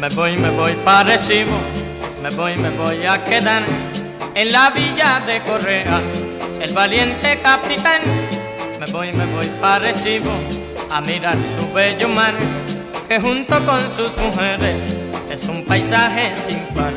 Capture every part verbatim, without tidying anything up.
Me voy, me voy para Recibo, me voy, me voy a quedar en la villa de Correa, el valiente capitán. Me voy, me voy para Recibo a mirar su bello mar, que junto con sus mujeres es un paisaje sin par.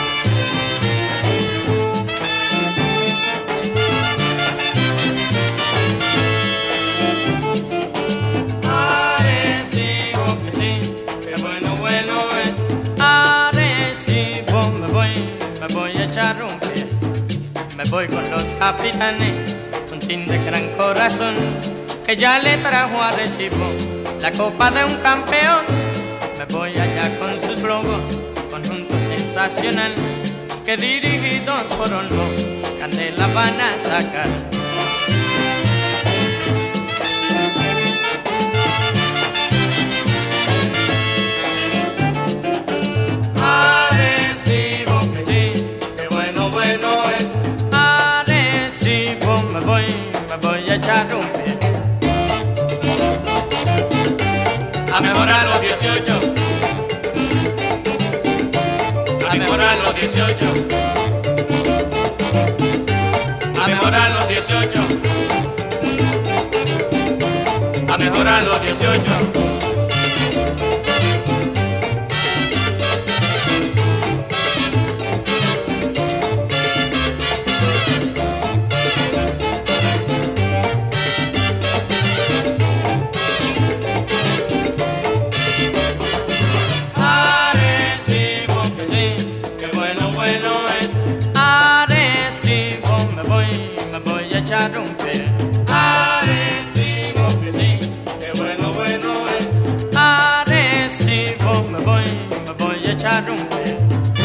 Arecibo, que sí, que bueno, bueno es. Arecibo, me voy, me voy a echar un pie. Me voy con los capitanes, un tin de gran corazón, que ya le trajo a Recibo la copa de un campeón. Me voy allá con sus lobos, conjunto sensacional, que dirigidos por Olmo, candela van a sacar. Arecibo, que sí, que bueno, bueno es. Arecibo, me voy, me voy a echar un pie. A mejorar los dieciocho, a mejorar los dieciocho, a mejorar los dieciocho, a mejorar los dieciocho. Arecibo, que sí, que bueno, bueno es. Arecibo, me voy, me voy a echar un pie.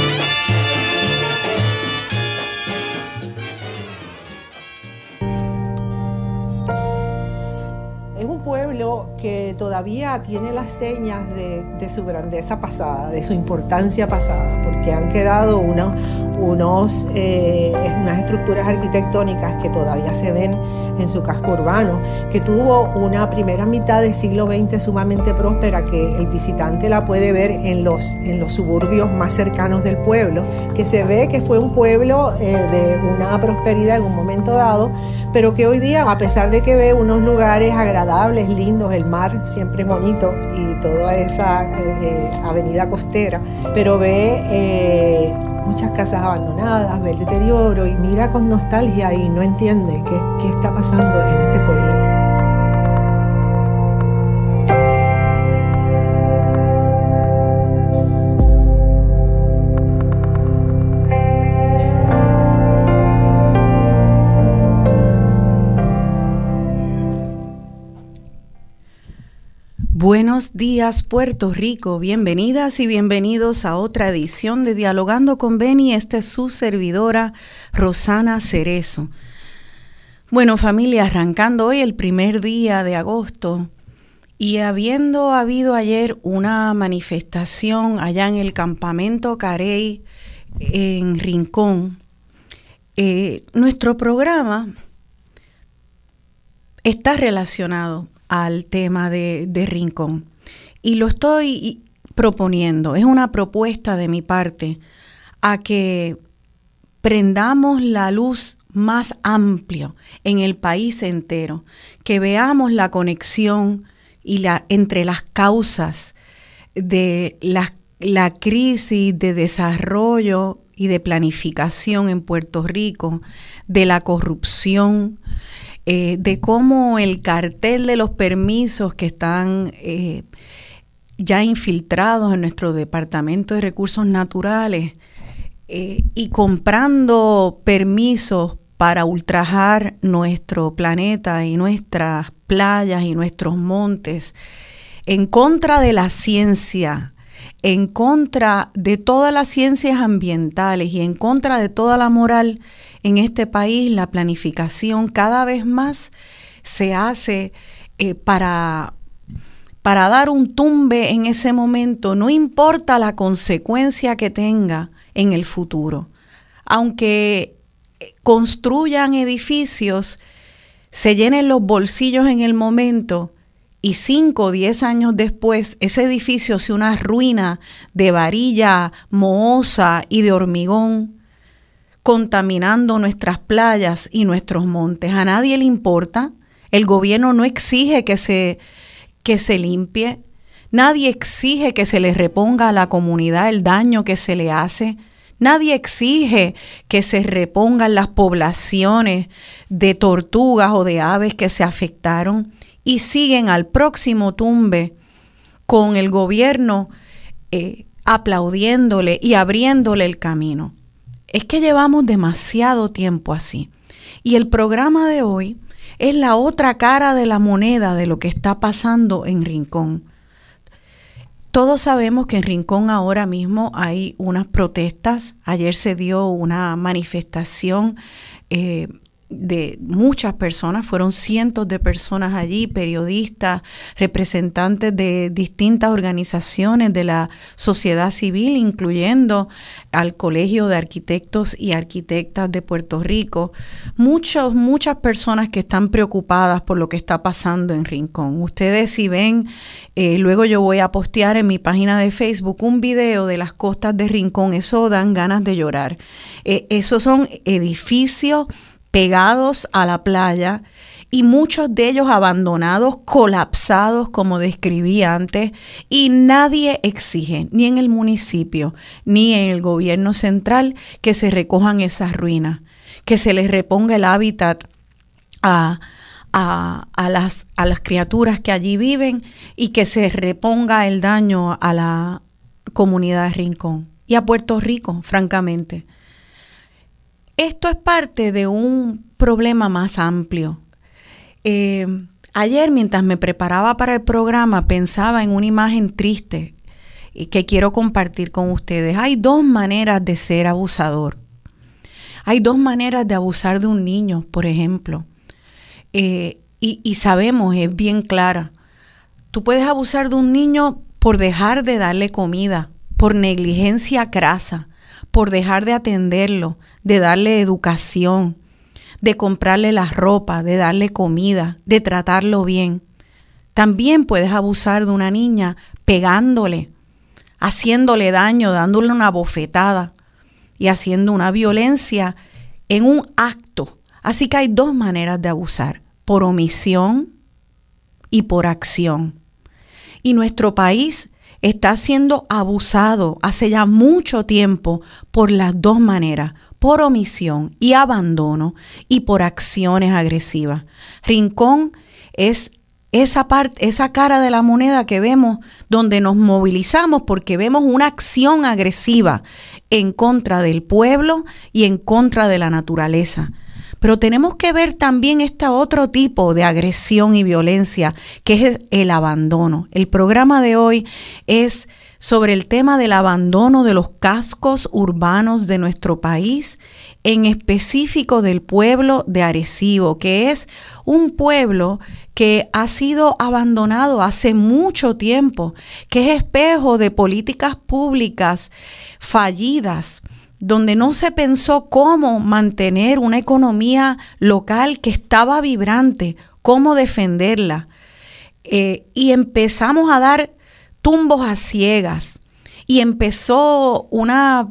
Es un pueblo que todavía tiene las señas de, de su grandeza pasada, de su importancia pasada, porque han quedado unos, unos, eh, unas estructuras arquitectónicas que todavía se ven en su casco urbano, que tuvo una primera mitad del siglo veinte sumamente próspera, que el visitante la puede ver en los, en los suburbios más cercanos del pueblo, que se ve que fue un pueblo eh, de una prosperidad en un momento dado, pero que hoy día, a pesar de que ve unos lugares agradables, lindos, el mar siempre bonito y toda esa eh, avenida costera, pero ve eh, muchas casas abandonadas, ve el deterioro y mira con nostalgia y no entiende qué, qué está pasando en este pueblo. Buenos días, Puerto Rico. Bienvenidas y bienvenidos a otra edición de Dialogando con Beni. Esta es su servidora, Rosana Cerezo. Bueno, familia, arrancando hoy el primer día de agosto y habiendo habido ayer una manifestación allá en el campamento Carey en Rincón, eh, nuestro programa está relacionado al tema de, de Rincón. Y lo estoy proponiendo, es una propuesta de mi parte, a que prendamos la luz más amplio en el país entero, que veamos la conexión y la, entre las causas de la, la crisis de desarrollo y de planificación en Puerto Rico, de la corrupción, Eh, de cómo el cartel de los permisos que están eh, ya infiltrados en nuestro Departamento de Recursos Naturales eh, y comprando permisos para ultrajar nuestro planeta y nuestras playas y nuestros montes, en contra de la ciencia, en contra de todas las ciencias ambientales y en contra de toda la moral. En este país la planificación cada vez más se hace eh, para, para dar un tumbe en ese momento, no importa la consecuencia que tenga en el futuro. Aunque construyan edificios, se llenen los bolsillos en el momento y cinco o diez años después ese edificio sea una ruina de varilla mohosa y de hormigón, contaminando nuestras playas y nuestros montes. A nadie le importa. El gobierno no exige que se, que se limpie. Nadie exige que se le reponga a la comunidad el daño que se le hace. Nadie exige que se repongan las poblaciones de tortugas o de aves que se afectaron y siguen al próximo tumbe con el gobierno eh, aplaudiéndole y abriéndole el camino. Es que llevamos demasiado tiempo así. Y el programa de hoy es la otra cara de la moneda de lo que está pasando en Rincón. Todos sabemos que en Rincón ahora mismo hay unas protestas. Ayer se dio una manifestación eh, de muchas personas, fueron cientos de personas allí, periodistas, representantes de distintas organizaciones de la sociedad civil, incluyendo al Colegio de Arquitectos y Arquitectas de Puerto Rico. Muchos, muchas personas que están preocupadas por lo que está pasando en Rincón. Ustedes si ven, eh, luego yo voy a postear en mi página de Facebook un video de las costas de Rincón, eso dan ganas de llorar. Eh, esos son edificios pegados a la playa y muchos de ellos abandonados, colapsados, como describí antes, y nadie exige, ni en el municipio, ni en el gobierno central, que se recojan esas ruinas, que se les reponga el hábitat a, a, a, las, a las criaturas que allí viven y que se reponga el daño a la comunidad de Rincón y a Puerto Rico, francamente. Esto es parte de un problema más amplio. Eh, ayer, mientras me preparaba para el programa, pensaba en una imagen triste y que quiero compartir con ustedes. Hay dos maneras de ser abusador. Hay dos maneras de abusar de un niño, por ejemplo. Eh, y, y sabemos, es bien clara. Tú puedes abusar de un niño por dejar de darle comida, por negligencia crasa, por dejar de atenderlo, de darle educación, de comprarle la ropa, de darle comida, de tratarlo bien. También puedes abusar de una niña pegándole, haciéndole daño, dándole una bofetada y haciendo una violencia en un acto. Así que hay dos maneras de abusar, por omisión y por acción. Y nuestro país está siendo abusado hace ya mucho tiempo por las dos maneras, por omisión y abandono y por acciones agresivas. Rincón es esa parte, esa cara de la moneda que vemos donde nos movilizamos porque vemos una acción agresiva en contra del pueblo y en contra de la naturaleza. Pero tenemos que ver también este otro tipo de agresión y violencia, que es el abandono. El programa de hoy es sobre el tema del abandono de los cascos urbanos de nuestro país, en específico del pueblo de Arecibo, que es un pueblo que ha sido abandonado hace mucho tiempo, que es espejo de políticas públicas fallidas, donde no se pensó cómo mantener una economía local que estaba vibrante, cómo defenderla. Eh, y empezamos a dar tumbos a ciegas y empezó una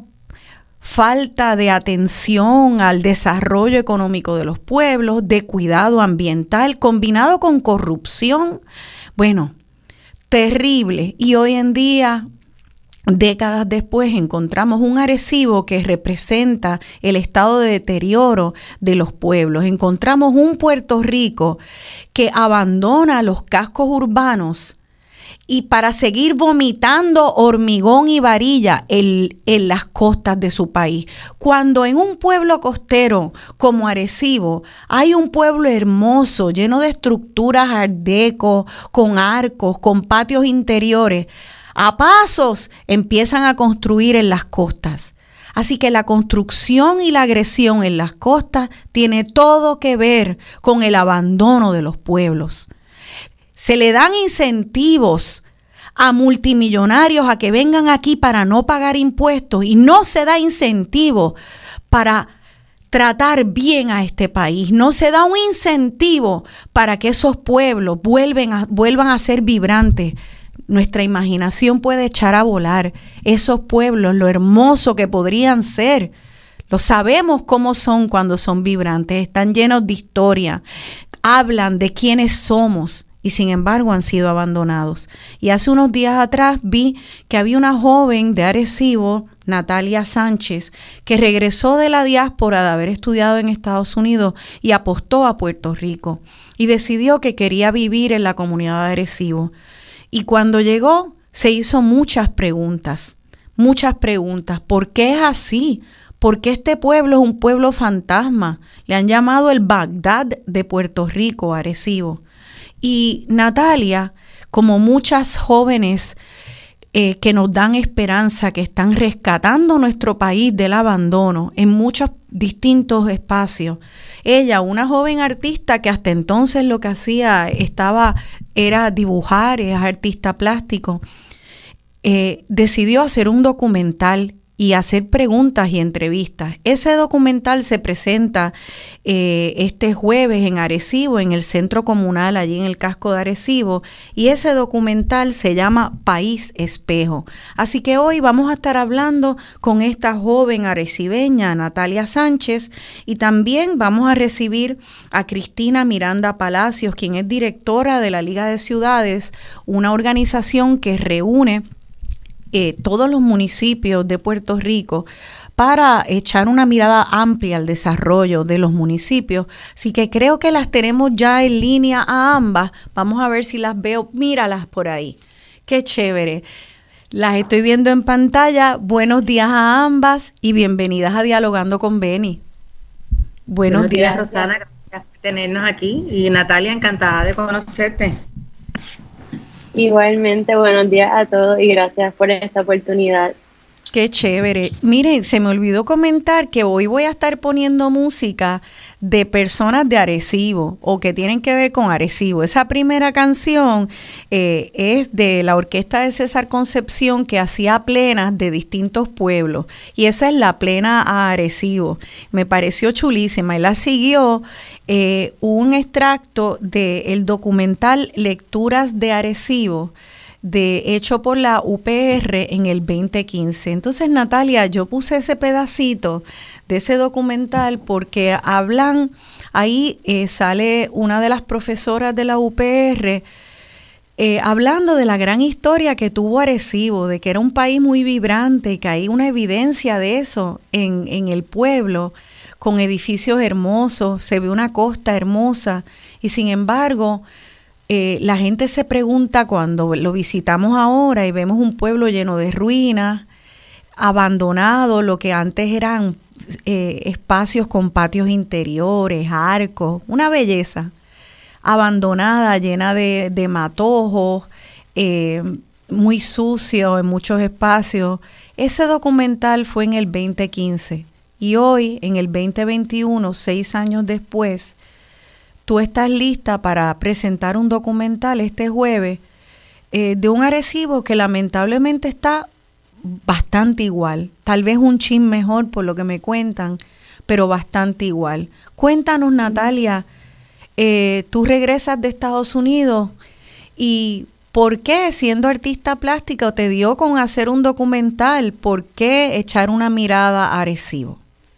falta de atención al desarrollo económico de los pueblos, de cuidado ambiental, combinado con corrupción. Bueno, terrible. Y hoy en día, décadas después, encontramos un Arecibo que representa el estado de deterioro de los pueblos. Encontramos un Puerto Rico que abandona los cascos urbanos y para seguir vomitando hormigón y varilla en, en las costas de su país. Cuando en un pueblo costero como Arecibo hay un pueblo hermoso, lleno de estructuras art deco, con arcos, con patios interiores, a pasos empiezan a construir en las costas. Así que la construcción y la agresión en las costas tiene todo que ver con el abandono de los pueblos. Se le dan incentivos a multimillonarios a que vengan aquí para no pagar impuestos y no se da incentivo para tratar bien a este país, no se da un incentivo para que esos pueblos vuelven a, vuelvan a ser vibrantes, nuestra imaginación puede echar a volar esos pueblos, lo hermoso que podrían ser. Lo sabemos cómo son cuando son vibrantes, están llenos de historia, hablan de quiénes somos y sin embargo han sido abandonados. Y hace unos días atrás vi que había una joven de Arecibo, Natalia Sánchez, que regresó de la diáspora de haber estudiado en Estados Unidos y apostó a Puerto Rico y decidió que quería vivir en la comunidad de Arecibo. Y cuando llegó se hizo muchas preguntas, muchas preguntas. ¿Por qué es así? Porque este pueblo es un pueblo fantasma. Le han llamado el Bagdad de Puerto Rico, Arecibo. Y Natalia, como muchas jóvenes eh, que nos dan esperanza, que están rescatando nuestro país del abandono en muchos distintos espacios. Ella, una joven artista que hasta entonces lo que hacía estaba, era dibujar, es artista plástico, eh, decidió hacer un documental y hacer preguntas y entrevistas. Ese documental se presenta eh, este jueves en Arecibo, en el centro comunal, allí en el casco de Arecibo, y ese documental se llama País Espejo. Así que hoy vamos a estar hablando con esta joven arecibeña, Natalia Sánchez, y también vamos a recibir a Cristina Miranda Palacios, quien es directora de la Liga de Ciudades, una organización que reúne Eh, todos los municipios de Puerto Rico para echar una mirada amplia al desarrollo de los municipios. Así que creo que las tenemos ya en línea a ambas. Vamos a ver si las veo. Míralas por ahí. Qué chévere. Las estoy viendo en pantalla. Buenos días a ambas y bienvenidas a Dialogando con Beni. Buenos, Buenos días, días, Rosana. Gracias por tenernos aquí. Y Natalia, encantada de conocerte. Igualmente, buenos días a todos y gracias por esta oportunidad. Qué chévere. Miren, se me olvidó comentar que hoy voy a estar poniendo música de personas de Arecibo o que tienen que ver con Arecibo. Esa primera canción eh, es de la orquesta de César Concepción, que hacía plenas de distintos pueblos, y esa es la plena a Arecibo. Me pareció chulísima y la siguió eh, un extracto del documental Lecturas de Arecibo, de hecho por la U P R en el veinte quince. Entonces, Natalia, yo puse ese pedacito de ese documental porque hablan, ahí eh, sale una de las profesoras de la U P R eh, hablando de la gran historia que tuvo Arecibo, de que era un país muy vibrante y que hay una evidencia de eso en, en el pueblo, con edificios hermosos, se ve una costa hermosa y sin embargo Eh, la gente se pregunta cuando lo visitamos ahora y vemos un pueblo lleno de ruinas, abandonado, lo que antes eran eh, espacios con patios interiores, arcos, una belleza, abandonada, llena de, de matojos, eh, muy sucio en muchos espacios. Ese documental fue en el veinte quince y hoy, en el veinte veintiuno, seis años después, tú estás lista para presentar un documental este jueves eh, de un Arecibo que lamentablemente está bastante igual, tal vez un chin mejor por lo que me cuentan, pero bastante igual. Cuéntanos, Natalia, eh, tú regresas de Estados Unidos y ¿por qué, siendo artista plástica, te dio con hacer un documental? ¿Por qué echar una mirada a Arecibo?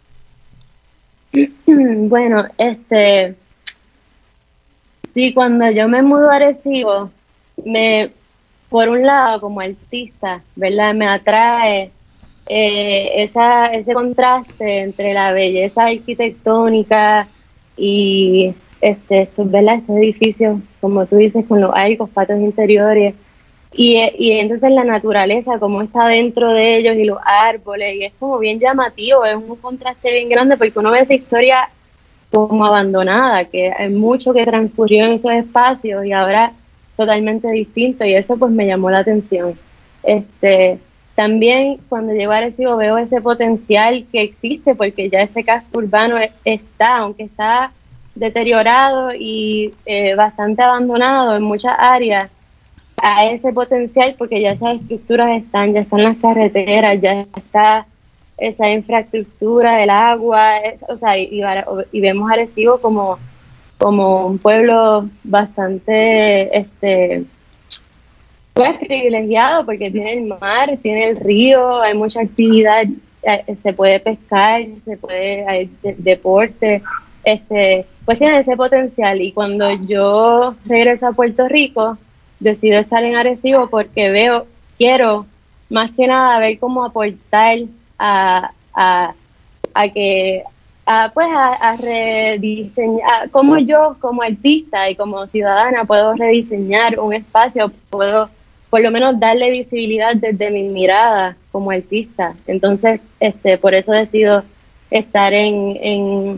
Bueno, este... Sí, cuando yo me mudo a Arecibo, me, por un lado, como artista, ¿verdad? Me atrae eh, esa, ese contraste entre la belleza arquitectónica y este, estos, ¿verdad? Estos edificios, como tú dices, con los arcos, patios interiores, y, y entonces la naturaleza, como está dentro de ellos, y los árboles, y es como bien llamativo, es un contraste bien grande, porque uno ve esa historia como abandonada, que hay mucho que transcurrió en esos espacios y ahora totalmente distinto, y eso pues me llamó la atención. Este, también cuando llego a Arecibo veo ese potencial que existe, porque ya ese casco urbano está, aunque está deteriorado y eh, bastante abandonado en muchas áreas, a ese potencial, porque ya esas estructuras están, ya están las carreteras, ya está esa infraestructura del agua, es, o sea, y, y vemos Arecibo como, como un pueblo bastante, este, pues privilegiado porque tiene el mar, tiene el río, hay mucha actividad, se puede pescar, se puede, hay de, deporte, este, pues tiene ese potencial. Y cuando yo regreso a Puerto Rico, decido estar en Arecibo porque veo, quiero más que nada ver cómo aportar a, a, a que, a, pues a, a rediseñar, cómo yo como artista y como ciudadana puedo rediseñar un espacio, puedo por lo menos darle visibilidad desde mi mirada como artista. Entonces, este, por eso decido estar en, en,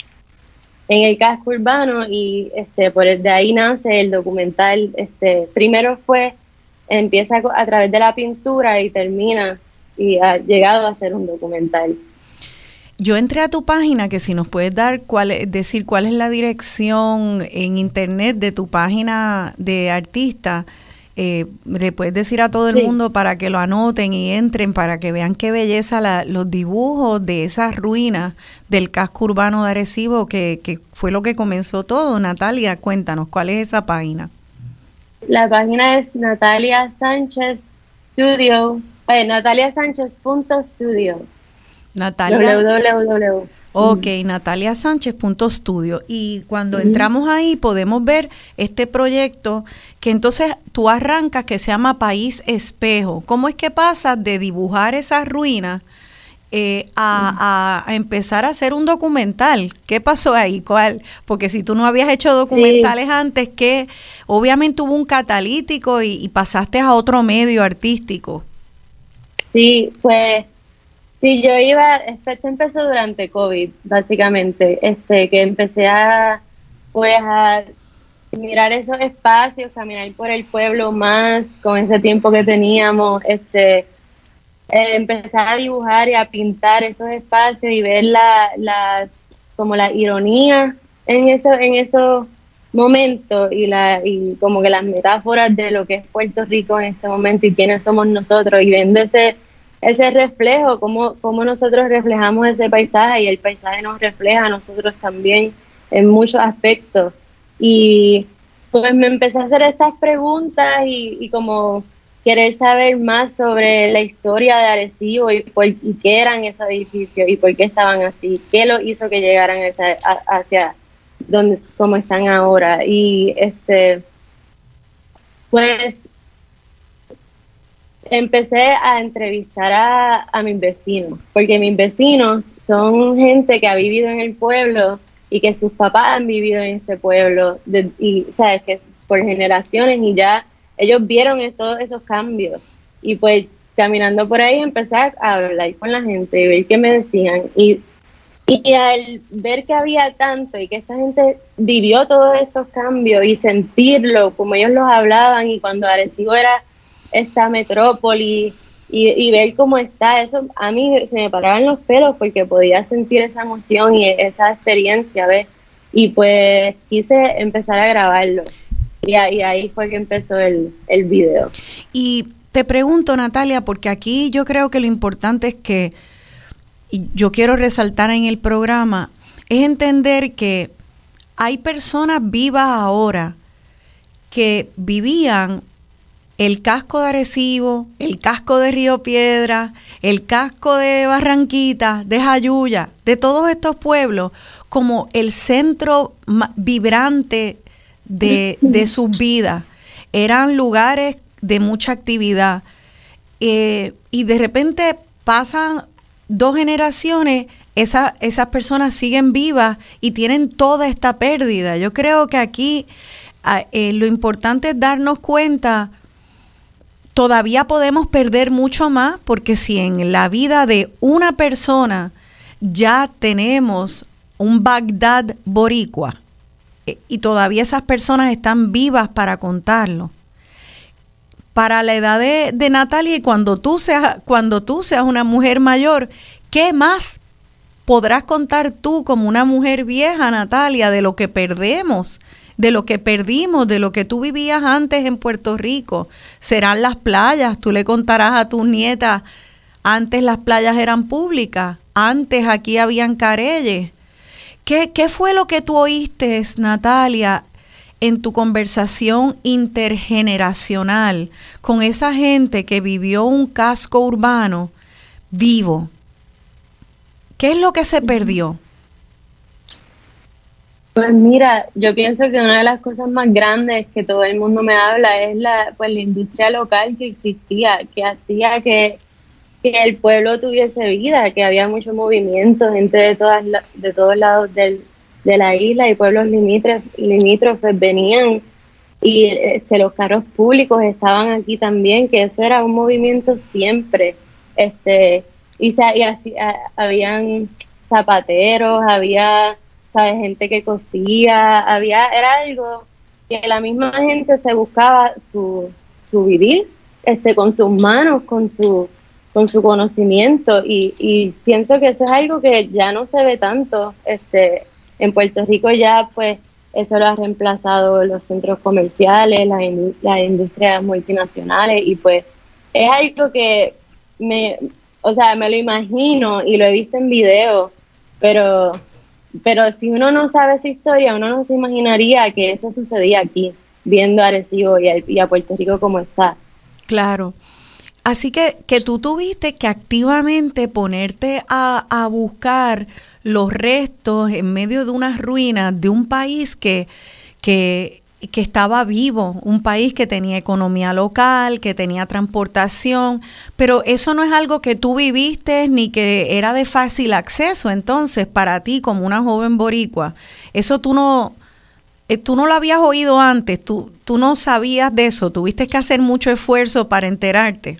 en el casco urbano y este, por de ahí nace el documental. Este, primero fue, empieza a través de la pintura y termina y ha llegado a ser un documental. Yo entré a tu página, que si nos puedes dar cuál, decir cuál es la dirección en internet de tu página de artista. Eh, le puedes decir a todo el sí. mundo para que lo anoten y entren para que vean qué belleza la, los dibujos de esas ruinas del casco urbano de Arecibo, que, que fue lo que comenzó todo. Natalia, cuéntanos, ¿cuál es esa página? La página es Natalia Sánchez Studio, eh, natalia sánchez punto studio. Natalia. www. Ok, natalia sánchez punto studio. Y cuando uh-huh. entramos ahí podemos ver este proyecto que entonces tú arrancas, que se llama País Espejo. ¿Cómo es que pasas de dibujar esas ruinas eh, a, a, a empezar a hacer un documental? ¿Qué pasó ahí? ¿Cuál? Porque si tú no habías hecho documentales sí. antes, que obviamente hubo un catalítico y, y pasaste a otro medio artístico. Sí, pues... Sí, yo iba, esto empezó durante COVID, básicamente, este, que empecé a, pues, a mirar esos espacios, caminar por el pueblo más, con ese tiempo que teníamos, este, eh, empecé a dibujar y a pintar esos espacios y ver la, las, como la ironía en eso, en esos momentos y la, y como que las metáforas de lo que es Puerto Rico en este momento y quiénes somos nosotros, y viendo ese ese reflejo, cómo, cómo nosotros reflejamos ese paisaje y el paisaje nos refleja a nosotros también en muchos aspectos. Y pues me empecé a hacer estas preguntas y, y como querer saber más sobre la historia de Arecibo y, por, y qué eran esos edificios y por qué estaban así, qué lo hizo que llegaran esa, a, hacia donde como están ahora. Y este pues empecé a entrevistar a, a mis vecinos, porque mis vecinos son gente que ha vivido en el pueblo y que sus papás han vivido en este pueblo, de, y sabes que por generaciones, y ya ellos vieron es, todos esos cambios. Y pues caminando por ahí empecé a hablar con la gente y ver qué me decían. Y, y al ver que había tanto y que esta gente vivió todos estos cambios y sentirlo como ellos los hablaban, y cuando Arecibo era esta metrópoli y, y ver cómo está, eso a mí se me paraban los pelos porque podía sentir esa emoción y esa experiencia, ¿ves? Y pues quise empezar a grabarlo y, y ahí fue que empezó el, el video. Y te pregunto, Natalia, porque aquí yo creo que lo importante es que, y yo quiero resaltar en el programa, es entender que hay personas vivas ahora que vivían el casco de Arecibo, el casco de Río Piedras, el casco de Barranquita, de Jayuya, de todos estos pueblos, como el centro vibrante de, de sus vidas. Eran lugares de mucha actividad. Eh, y de repente pasan dos generaciones, esa, esas personas siguen vivas y tienen toda esta pérdida. Yo creo que aquí eh, lo importante es darnos cuenta. Todavía podemos perder mucho más, porque si en la vida de una persona ya tenemos un Bagdad boricua y todavía esas personas están vivas para contarlo, para la edad de, de Natalia, y cuando tú seas, cuando tú seas una mujer mayor, ¿qué más podrás contar tú como una mujer vieja, Natalia, de lo que perdemos? De lo que perdimos, de lo que tú vivías antes en Puerto Rico? Serán las playas, tú le contarás a tus nietas antes las playas eran públicas, antes aquí habían careyes. ¿Qué, qué fue lo que tú oíste, Natalia, en tu conversación intergeneracional con esa gente que vivió un casco urbano vivo? ¿Qué es lo que se perdió? Pues mira, yo pienso que una de las cosas más grandes que todo el mundo me habla es la, pues, la industria local que existía, que hacía que, que el pueblo tuviese vida, que había mucho movimiento, gente de todas de todos lados del, de la isla y pueblos limítrofes, limítrofes venían, y este, los carros públicos estaban aquí también, que eso era un movimiento siempre, este y, y así a, habían zapateros, había, ¿sabes?, gente que cosía, había, era algo que la misma gente se buscaba su, su vivir, este, con sus manos, con su, con su conocimiento, y, y pienso que eso es algo que ya no se ve tanto, este, en Puerto Rico ya, pues, eso lo ha reemplazado los centros comerciales, las, indu- las industrias multinacionales, y pues, es algo que me, o sea, me lo imagino y lo he visto en video, pero... Pero si uno no sabe esa historia, uno no se imaginaría que eso sucedía aquí, viendo a Arecibo y a, y a Puerto Rico como está. Claro. Así que, que tú tuviste que activamente ponerte a, a buscar los restos en medio de unas ruinas de un país que, que, que estaba vivo, un país que tenía economía local, que tenía transportación, pero eso no es algo que tú viviste ni que era de fácil acceso. Entonces, para ti como una joven boricua, eso tú no, eh, tú no lo habías oído antes, tú, tú no sabías de eso, tuviste que hacer mucho esfuerzo para enterarte.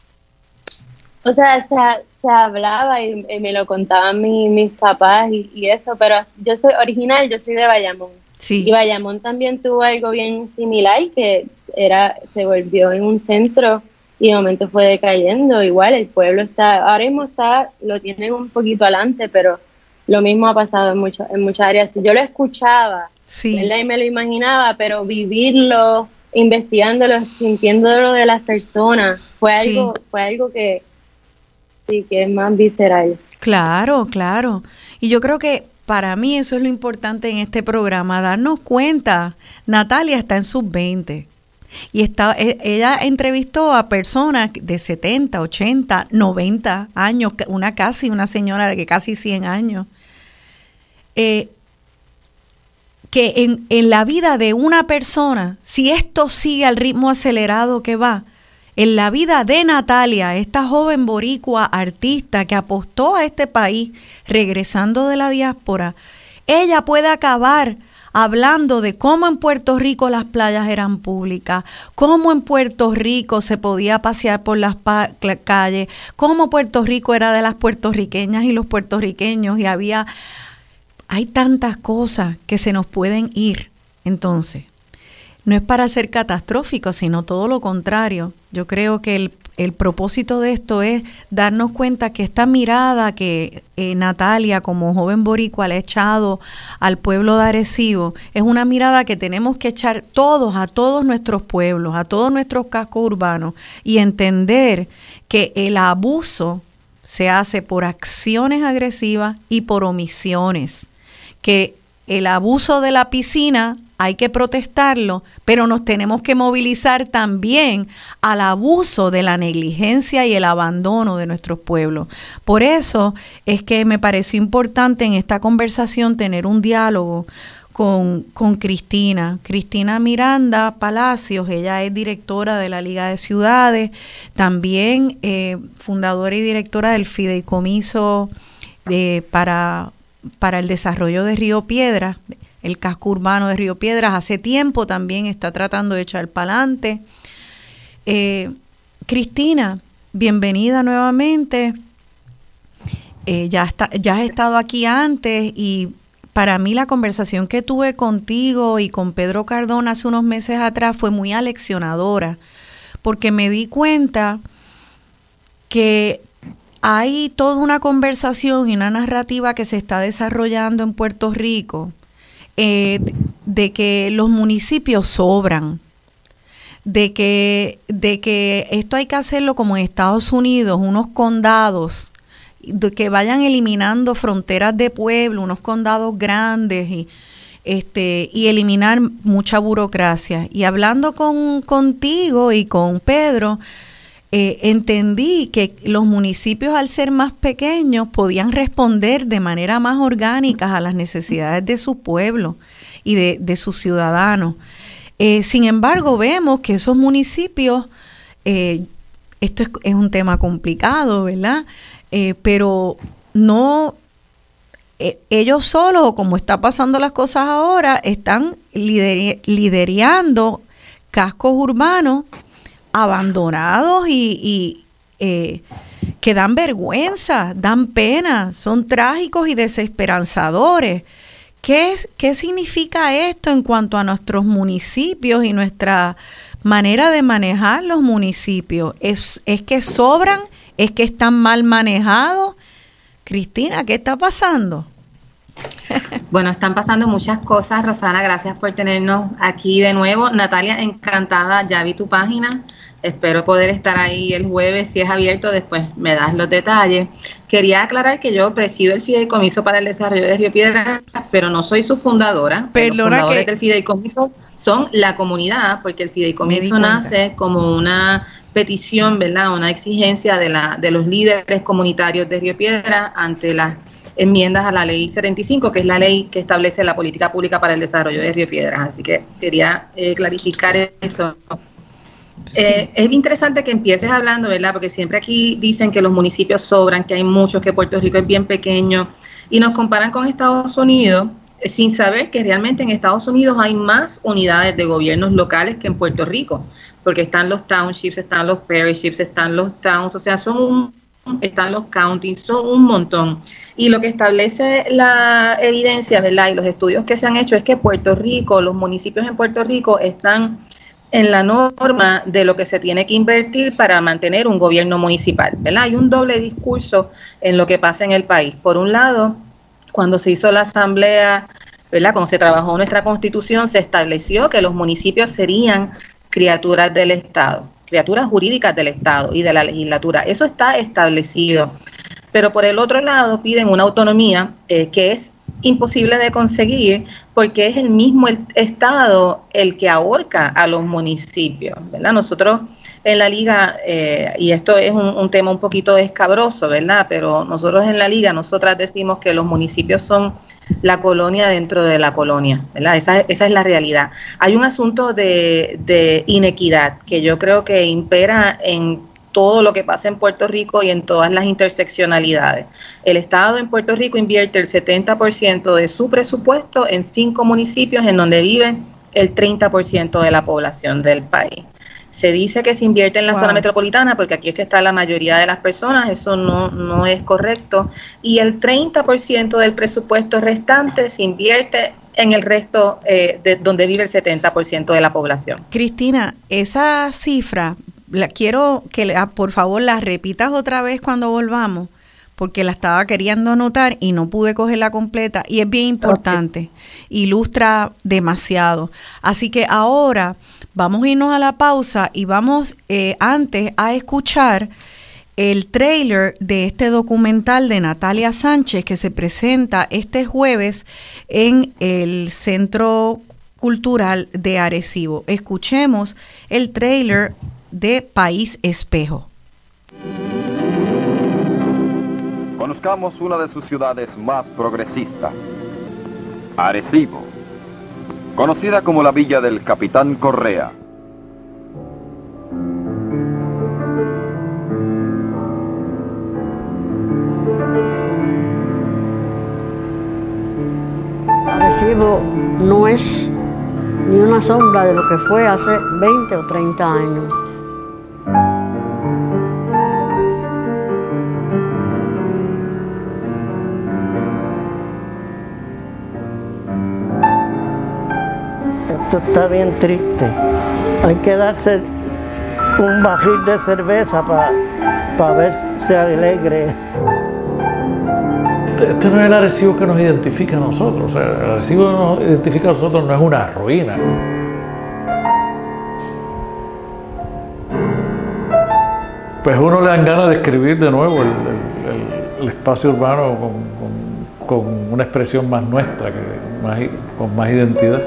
O sea, se, se hablaba y, y me lo contaban mi, mis papás y, y eso, pero yo soy original, yo soy de Bayamón. Sí. Y Bayamón también tuvo algo bien similar, que era, se volvió en un centro y de momento fue decayendo. Igual el pueblo está, ahora mismo está, lo tienen un poquito adelante, pero lo mismo ha pasado en, mucho, en muchas áreas. Yo lo escuchaba, sí, ¿verdad? Y me lo imaginaba, pero vivirlo, investigándolo, sintiéndolo de las personas, fue sí. algo, fue algo que sí, que es más visceral. Claro, claro. Y yo creo que para mí eso es lo importante en este programa, darnos cuenta. Natalia está en sus veinte y está, ella entrevistó a personas de setenta, ochenta, noventa años, una casi, una señora de que casi cien años, eh, que en, en la vida de una persona, si esto sigue al ritmo acelerado que va, en la vida de Natalia, esta joven boricua artista que apostó a este país regresando de la diáspora, ella puede acabar hablando de cómo en Puerto Rico las playas eran públicas, cómo en Puerto Rico se podía pasear por las pa- calles, cómo Puerto Rico era de las puertorriqueñas y los puertorriqueños, y había, hay tantas cosas que se nos pueden ir. Entonces, no es para ser catastrófico, sino todo lo contrario. Yo creo que el, el propósito de esto es darnos cuenta que esta mirada que eh, Natalia como joven boricua le ha echado al pueblo de Arecibo es una mirada que tenemos que echar todos, a todos nuestros pueblos, a todos nuestros cascos urbanos, y entender que el abuso se hace por acciones agresivas y por omisiones, que el abuso de la piscina hay que protestarlo, pero nos tenemos que movilizar también al abuso de la negligencia y el abandono de nuestros pueblos. Por eso es que me pareció importante en esta conversación tener un diálogo con, con Cristina. Cristina Miranda Palacios, ella es directora de la Liga de Ciudades, también eh, fundadora y directora del Fideicomiso de, para, para el Desarrollo de Río Piedras, el casco urbano de Río Piedras. Hace tiempo también está tratando de echar pa'lante. Eh, Cristina, bienvenida nuevamente. Eh, ya, está, ya has estado aquí antes, y para mí la conversación que tuve contigo y con Pedro Cardona hace unos meses atrás fue muy aleccionadora, porque me di cuenta que hay toda una conversación y una narrativa que se está desarrollando en Puerto Rico, Eh, de que los municipios sobran, de que, de que esto hay que hacerlo como en Estados Unidos, unos condados, de que vayan eliminando fronteras de pueblo, unos condados grandes y este y eliminar mucha burocracia. Y hablando con contigo y con Pedro, eh, entendí que los municipios, al ser más pequeños, podían responder de manera más orgánica a las necesidades de su pueblo y de, de sus ciudadanos. Eh, sin embargo, vemos que esos municipios, eh, esto es, es un tema complicado, ¿verdad? Eh, pero no, eh, ellos solos, o como está pasando las cosas ahora, están lider, liderando cascos urbanos abandonados y, y eh, que dan vergüenza, dan pena, son trágicos y desesperanzadores. ¿Qué, ¿Qué significa esto en cuanto a nuestros municipios y nuestra manera de manejar los municipios? ¿Es, es que sobran? ¿Es que están mal manejados? Cristina, ¿qué está pasando? Bueno, están pasando muchas cosas. Rosana, gracias por tenernos aquí de nuevo. Natalia, encantada, ya vi tu página. Espero poder estar ahí el jueves, si es abierto, después me das los detalles. Quería aclarar que yo presido el Fideicomiso para el Desarrollo de Río Piedras, pero no soy su fundadora. Perdona, los fundadores que... del Fideicomiso son la comunidad, porque el Fideicomiso nace como una petición, ¿verdad?, una exigencia de, la, de los líderes comunitarios de Río Piedras ante las enmiendas a la ley setenta y cinco, que es la ley que establece la política pública para el desarrollo de Río Piedras. Así que quería eh, clarificar eso. Sí. Eh, es interesante que empieces hablando, ¿verdad? Porque siempre aquí dicen que los municipios sobran, que hay muchos, que Puerto Rico es bien pequeño, y nos comparan con Estados Unidos, eh, sin saber que realmente en Estados Unidos hay más unidades de gobiernos locales que en Puerto Rico, porque están los townships, están los parishes, están los towns, o sea, son un, están los counties, son un montón. Y lo que establece la evidencia, ¿verdad?, y los estudios que se han hecho es que Puerto Rico, los municipios en Puerto Rico están en la norma de lo que se tiene que invertir para mantener un gobierno municipal, ¿verdad? Hay un doble discurso en lo que pasa en el país. Por un lado, cuando se hizo la asamblea, ¿verdad?, cuando se trabajó nuestra Constitución, se estableció que los municipios serían criaturas del Estado, criaturas jurídicas del Estado y de la legislatura. Eso está establecido. Pero por el otro lado piden una autonomía eh, que es imposible de conseguir, porque es el mismo el Estado el que ahorca a los municipios, ¿verdad? Nosotros en la Liga, eh, y esto es un, un tema un poquito escabroso, ¿verdad?, pero nosotros en la Liga, nosotras decimos que los municipios son la colonia dentro de la colonia, ¿verdad? Esa, esa es la realidad. Hay un asunto de, de inequidad que yo creo que impera en todo lo que pasa en Puerto Rico y en todas las interseccionalidades. El Estado en Puerto Rico invierte el setenta por ciento de su presupuesto en cinco municipios en donde vive el treinta por ciento de la población del país. Se dice que se invierte en la wow. zona metropolitana porque aquí es que está la mayoría de las personas, eso no, no es correcto, y el treinta por ciento del presupuesto restante se invierte en el resto eh, de donde vive el setenta por ciento de la población. Cristina, esa cifra, la quiero que la, por favor la repitas otra vez cuando volvamos, porque la estaba queriendo anotar y no pude cogerla completa, y es bien importante, okay. Ilustra demasiado. Así que ahora vamos a irnos a la pausa y vamos eh, antes a escuchar el tráiler de este documental de Natalia Sánchez que se presenta este jueves en el Centro Cultural de Arecibo. Escuchemos el tráiler de País Espejo. Conozcamos una de sus ciudades más progresistas, Arecibo, conocida como la Villa del Capitán Correa. Arecibo no es ni una sombra de lo que fue hace veinte o treinta años. Esto está bien triste. Hay que darse un barril de cerveza para pa verse alegre. Este no es el Arecibo que nos identifica a nosotros. O sea, el Arecibo que nos identifica a nosotros no es una ruina. pues uno le dan ganas de escribir de nuevo el, el, el espacio urbano con, con, con una expresión más nuestra, que más, con más identidad.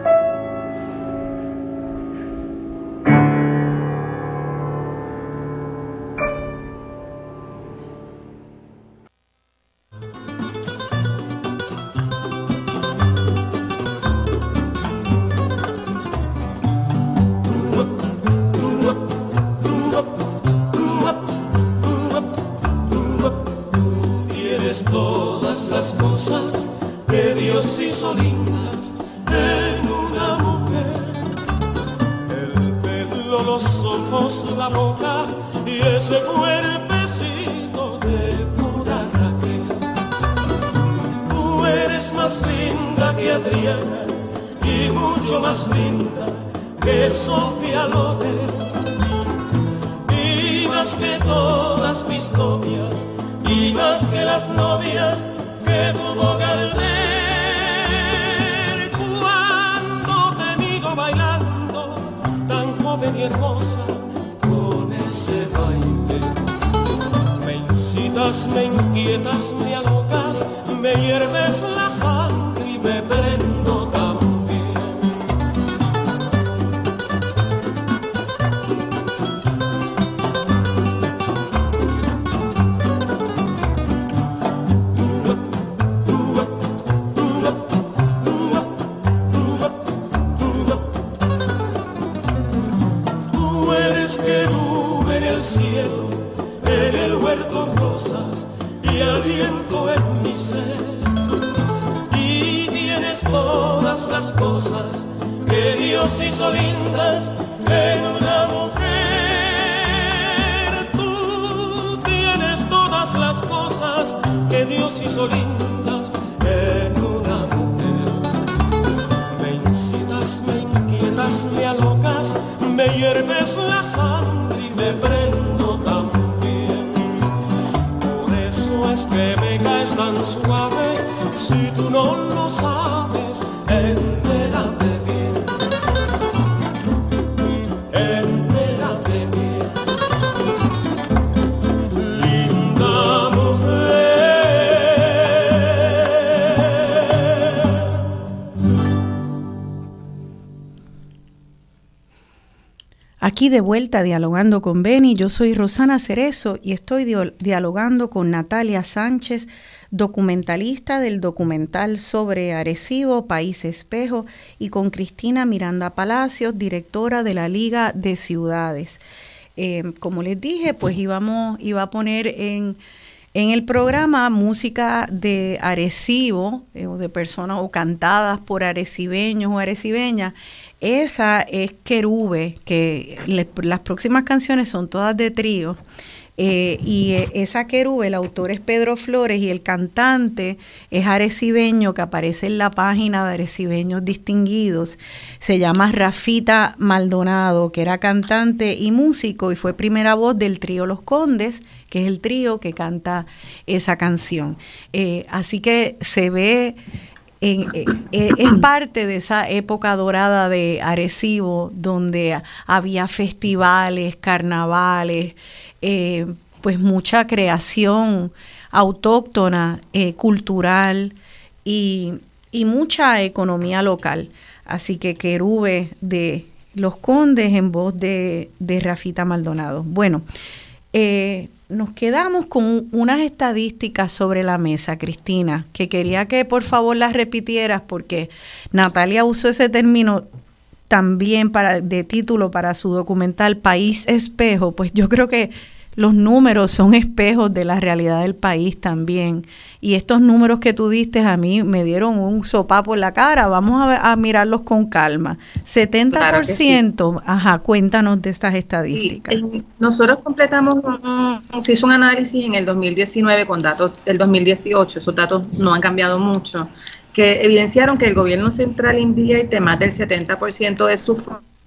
Aquí de vuelta dialogando con Beni, yo soy Rosana Cerezo y estoy dialogando con Natalia Sánchez, documentalista del documental sobre Arecibo, País Espejo, y con Cristina Miranda Palacios, directora de la Liga de Ciudades. Eh, como les dije, pues íbamos, iba a poner en, en el programa música de Arecibo, eh, o de personas o cantadas por arecibeños o arecibeñas. Esa es Querube, que le, las próximas canciones son todas de trío, eh, y esa Querube, el autor es Pedro Flores y el cantante es arecibeño, que aparece en la página de Arecibeños Distinguidos. Se llama Rafita Maldonado, que era cantante y músico y fue primera voz del trío Los Condes, que es el trío que canta esa canción. Eh, así que se ve... En, en, es parte de esa época dorada de Arecibo, donde había festivales, carnavales, eh, pues mucha creación autóctona, eh, cultural y, y mucha economía local. Así que Querube de Los Condes en voz de, de Rafita Maldonado. Bueno, eh, nos quedamos con unas estadísticas sobre la mesa, Cristina, que quería que por favor las repitieras porque Natalia usó ese término también para, de título para su documental País Espejo. Pues yo creo que los números son espejos de la realidad del país también. Y estos números que tú diste a mí me dieron un sopapo en la cara. Vamos a, a mirarlos con calma. setenta por ciento, claro que sí. Ajá, cuéntanos de estas estadísticas. Sí, eh, nosotros completamos, un, se hizo un análisis en el dos mil diecinueve con datos del dos mil dieciocho. Esos datos no han cambiado mucho, que evidenciaron que el gobierno central invierte más del setenta por ciento de su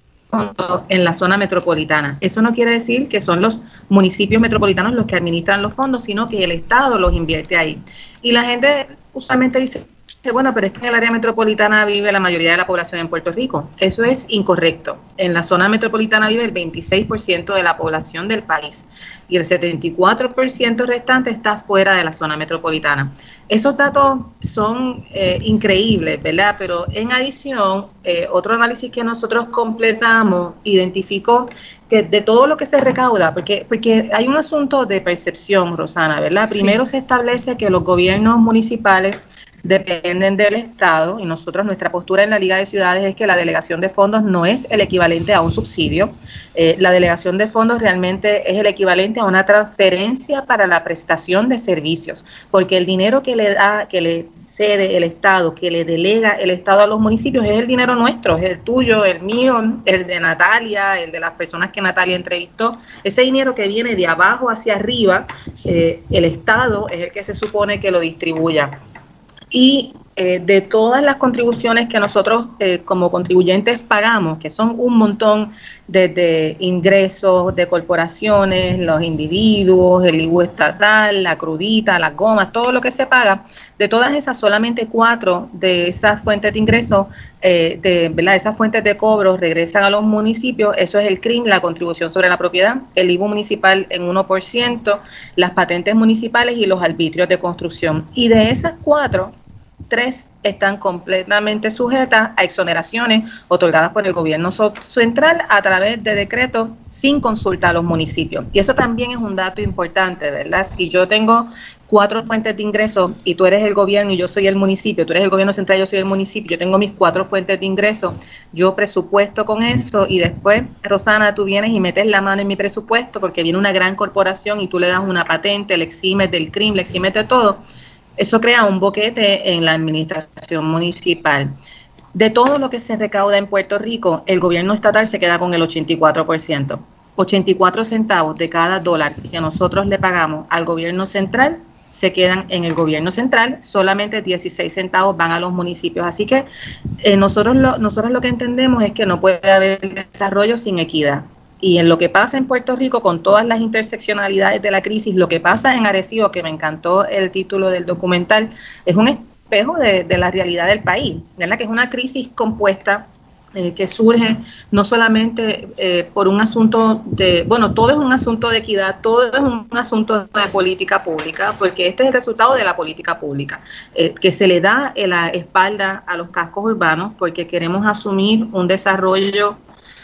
en la zona metropolitana. Eso no quiere decir que son los municipios metropolitanos los que administran los fondos, sino que el Estado los invierte ahí. Y la gente usualmente dice, bueno, pero es que en el área metropolitana vive la mayoría de la población en Puerto Rico. Eso es incorrecto. En la zona metropolitana vive el veintiséis por ciento de la población del país y el setenta y cuatro por ciento restante está fuera de la zona metropolitana. Esos datos son eh, increíbles, ¿verdad? Pero en adición, eh, otro análisis que nosotros completamos identificó que de todo lo que se recauda, porque, porque hay un asunto de percepción, Rosana, ¿verdad? Sí. Primero se establece que los gobiernos municipales dependen del Estado y nosotros, nuestra postura en la Liga de Ciudades es que la delegación de fondos no es el equivalente a un subsidio. Eh, la delegación de fondos realmente es el equivalente a una transferencia para la prestación de servicios, porque el dinero que le da, que le cede el Estado, que le delega el Estado a los municipios es el dinero nuestro, es el tuyo, el mío, el de Natalia, el de las personas que Natalia entrevistó. Ese dinero que viene de abajo hacia arriba, eh, el Estado es el que se supone que lo distribuya. Y eh, de todas las contribuciones que nosotros eh, como contribuyentes pagamos, que son un montón, desde ingresos de corporaciones, los individuos, el I V U estatal, la crudita, las gomas, todo lo que se paga, de todas esas solamente cuatro de esas fuentes de ingresos, eh, de ¿verdad? Esas fuentes de cobro regresan a los municipios. Eso es el C R I M, la contribución sobre la propiedad, el I V U municipal en uno por ciento, las patentes municipales y los arbitrios de construcción. Y de esas cuatro, tres están completamente sujetas a exoneraciones otorgadas por el gobierno central a través de decretos sin consulta a los municipios. Y eso también es un dato importante, ¿verdad? Si yo tengo cuatro fuentes de ingresos y tú eres el gobierno y yo soy el municipio, tú eres el gobierno central y yo soy el municipio, yo tengo mis cuatro fuentes de ingresos, yo presupuesto con eso y después, Rosana, tú vienes y metes la mano en mi presupuesto porque viene una gran corporación y tú le das una patente, le eximes del C R I M, le eximes de todo. Eso crea un boquete en la administración municipal. De todo lo que se recauda en Puerto Rico, el gobierno estatal se queda con el ochenta y cuatro por ciento. ochenta y cuatro centavos de cada dólar que nosotros le pagamos al gobierno central se quedan en el gobierno central, solamente dieciséis centavos van a los municipios. Así que eh, nosotros, lo, nosotros lo que entendemos es que no puede haber desarrollo sin equidad. Y en lo que pasa en Puerto Rico, con todas las interseccionalidades de la crisis, lo que pasa en Arecibo, que me encantó el título del documental, es un espejo de, de la realidad del país, ¿verdad? Que es una crisis compuesta eh, que surge no solamente eh, por un asunto de, bueno, todo es un asunto de equidad, todo es un asunto de política pública, porque este es el resultado de la política pública, eh, que se le da en la espalda a los cascos urbanos porque queremos asumir un desarrollo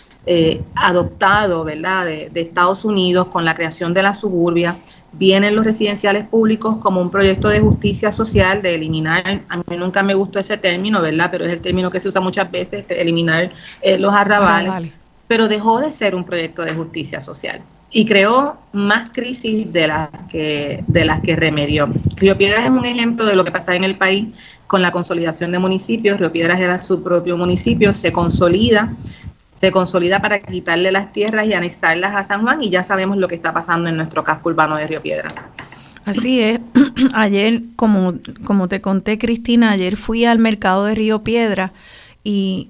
Eh, adoptado, ¿verdad?, de, de Estados Unidos con la creación de la suburbia. Vienen los residenciales públicos como un proyecto de justicia social, de eliminar, a mí nunca me gustó ese término, ¿verdad?, pero es el término que se usa muchas veces, de eliminar eh, los arrabales, vale. Pero dejó de ser un proyecto de justicia social y creó más crisis de las que de las que remedió. Río Piedras es un ejemplo de lo que pasa en el país con la consolidación de municipios. Río Piedras era su propio municipio, se consolida, se consolida para quitarle las tierras y anexarlas a San Juan y ya sabemos lo que está pasando en nuestro casco urbano de Río Piedras. Así es. Ayer, como, como te conté, Cristina, ayer fui al mercado de Río Piedras y,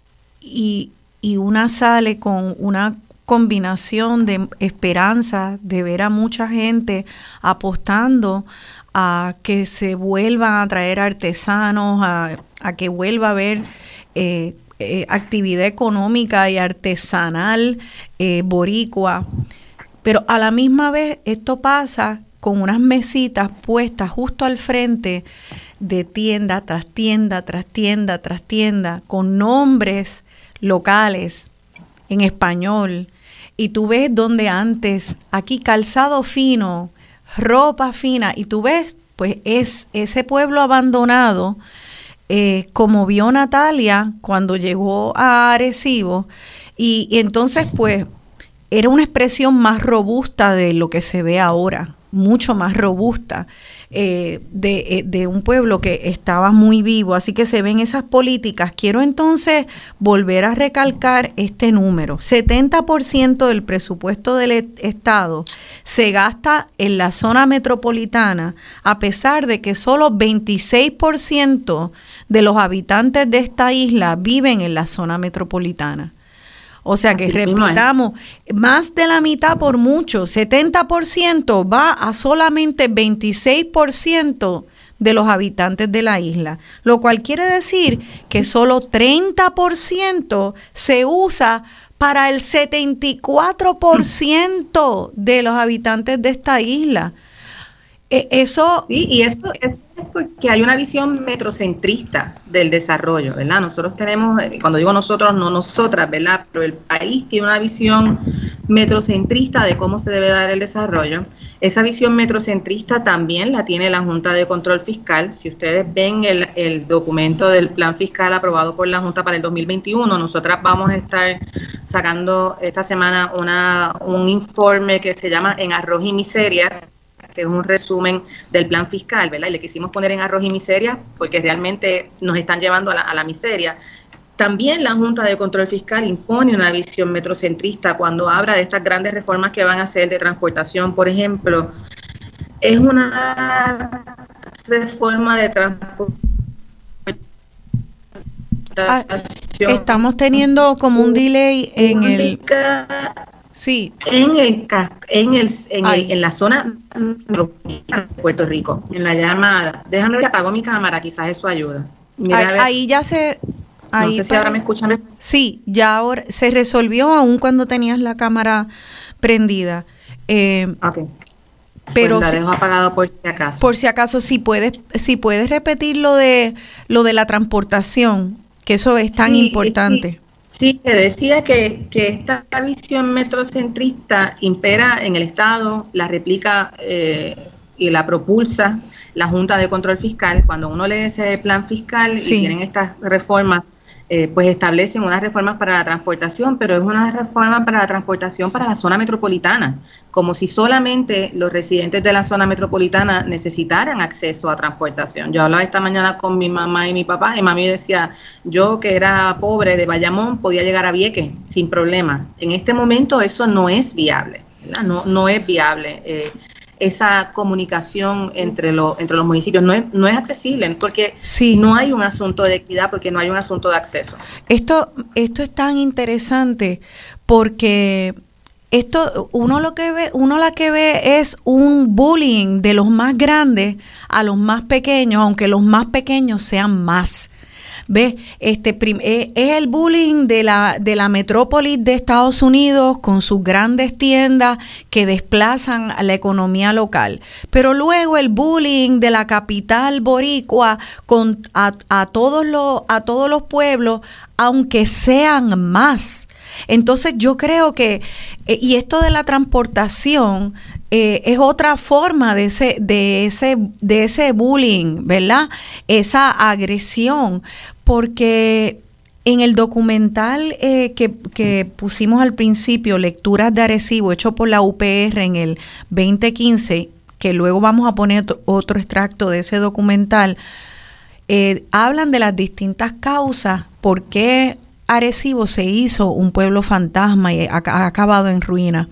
y, y una sale con una combinación de esperanza de ver a mucha gente apostando a que se vuelvan a traer artesanos, a, a que vuelva a haber eh, Eh, actividad económica y artesanal eh, boricua, pero a la misma vez esto pasa con unas mesitas puestas justo al frente de tienda tras tienda, tras tienda, tras tienda, con nombres locales en español, y tú ves donde antes, aquí calzado fino, ropa fina, y tú ves, pues es ese pueblo abandonado. Eh, como vio Natalia cuando llegó a Arecibo, y, y entonces pues era una expresión más robusta de lo que se ve ahora, mucho más robusta, eh, de, de un pueblo que estaba muy vivo. Así que se ven esas políticas. Quiero entonces volver a recalcar este número. setenta por ciento del presupuesto del Estado se gasta en la zona metropolitana, a pesar de que solo veintiséis por ciento de los habitantes de esta isla viven en la zona metropolitana. O sea que, repitamos, más de la mitad por mucho, setenta por ciento va a solamente veintiséis por ciento de los habitantes de la isla, lo cual quiere decir que solo treinta por ciento se usa para el setenta y cuatro por ciento de los habitantes de esta isla. Eh, eso... Sí, y eso es porque hay una visión metrocentrista del desarrollo, ¿verdad? Nosotros tenemos, cuando digo nosotros, no nosotras, ¿verdad? Pero el país tiene una visión metrocentrista de cómo se debe dar el desarrollo. Esa visión metrocentrista también la tiene la Junta de Control Fiscal. Si ustedes ven el, el documento del plan fiscal aprobado por la Junta para el dos mil veintiuno, nosotras vamos a estar sacando esta semana una, un informe que se llama En Arroz y Miseria, que es un resumen del plan fiscal, ¿verdad? Y le quisimos poner en arroz y miseria porque realmente nos están llevando a la, a la miseria. También la Junta de Control Fiscal impone una visión metrocentrista cuando habla de estas grandes reformas que van a hacer de transportación, por ejemplo. Es una reforma de transportación. Ah, estamos teniendo como un delay en el... Sí. En el en el en, el, en la zona de Puerto Rico, en la llamada. Déjame ver, apagó mi cámara, quizás eso ayuda. Mira, ahí, ahí ya se ahí no sé para, si ahora me escuchan. Sí, ya ahora se resolvió aún cuando tenías la cámara prendida. Eh, okay. Pero pues la si, dejo apagado por si acaso. Por si acaso, si puedes si puedes repetir lo de lo de la transportación, que eso es tan sí, importante. Sí. Sí, que decía que, que esta visión metrocentrista impera en el Estado, la replica eh, y la propulsa la Junta de Control Fiscal. Cuando uno lee ese plan fiscal sí. y tienen estas reformas, eh, pues establecen unas reformas para la transportación, pero es una reforma para la transportación para la zona metropolitana, como si solamente los residentes de la zona metropolitana necesitaran acceso a transportación. Yo hablaba esta mañana con mi mamá y mi papá, y mami decía, yo que era pobre de Bayamón podía llegar a Vieques sin problema. En este momento eso no es viable, ¿verdad? No, no es viable. Eh, esa comunicación entre, lo, entre los municipios no es, no es accesible, porque sí. no hay un asunto de equidad, porque no hay un asunto de acceso. Esto, esto es tan interesante porque esto uno lo que ve, uno la que ve es un bullying de los más grandes a los más pequeños, aunque los más pequeños sean más. ¿Ves? Este, prim, es, es el bullying de la, de la metrópolis de Estados Unidos con sus grandes tiendas que desplazan a la economía local. Pero luego el bullying de la capital boricua con, a, a, todos los, a todos los pueblos, aunque sean más. Entonces yo creo que, eh, y esto de la transportación eh, es otra forma de ese, de ese, de ese bullying, ¿verdad? Esa agresión, porque en el documental eh, que, que pusimos al principio, Lecturas de Arecibo, hecho por la U P R en el veinte quince, que luego vamos a poner otro extracto de ese documental, eh, hablan de las distintas causas por qué Arecibo se hizo un pueblo fantasma y ha, ha acabado en ruina.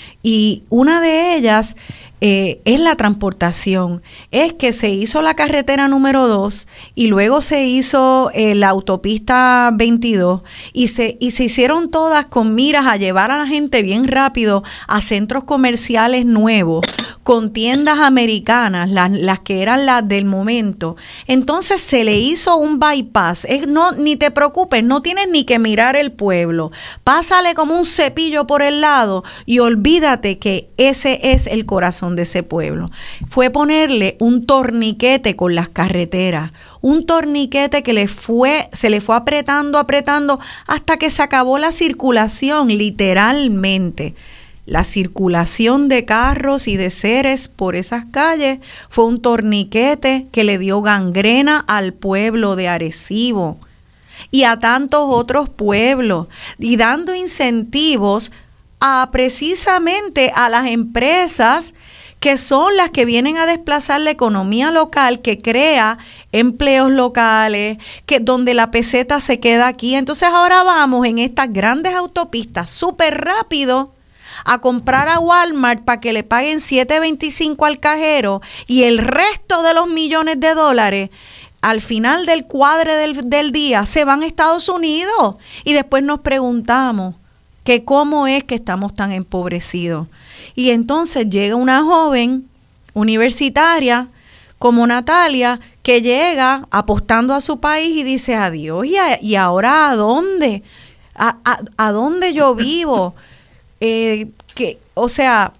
Y una de ellas eh, es la transportación. Es que se hizo la carretera número dos y luego se hizo eh, la autopista veintidós y se, y se hicieron todas con miras a llevar a la gente bien rápido a centros comerciales nuevos, con tiendas americanas, las, las que eran las del momento. Entonces se le hizo un bypass. Es, no, ni te preocupes, no tienes ni que mirar el pueblo. Pásale como un cepillo por el lado y olvídate que ese es el corazón de ese pueblo. Fue ponerle un torniquete con las carreteras, un torniquete que le fue, se le fue apretando, apretando hasta que se acabó la circulación, literalmente. La circulación de carros y de seres por esas calles fue un torniquete que le dio gangrena al pueblo de Arecibo y a tantos otros pueblos, y dando incentivos a precisamente a las empresas que son las que vienen a desplazar la economía local, que crea empleos locales, que donde la peseta se queda aquí. Entonces ahora vamos en estas grandes autopistas súper rápido a comprar a Walmart para que le paguen siete veinticinco al cajero, y el resto de los millones de dólares al final del cuadre del, del día se van a Estados Unidos, y después nos preguntamos que cómo es que estamos tan empobrecidos. Y entonces llega una joven universitaria como Natalia, que llega apostando a su país y dice, adiós, ¿y, a, y ahora a dónde? ¿A, a, a dónde yo vivo? Eh, que, o sea,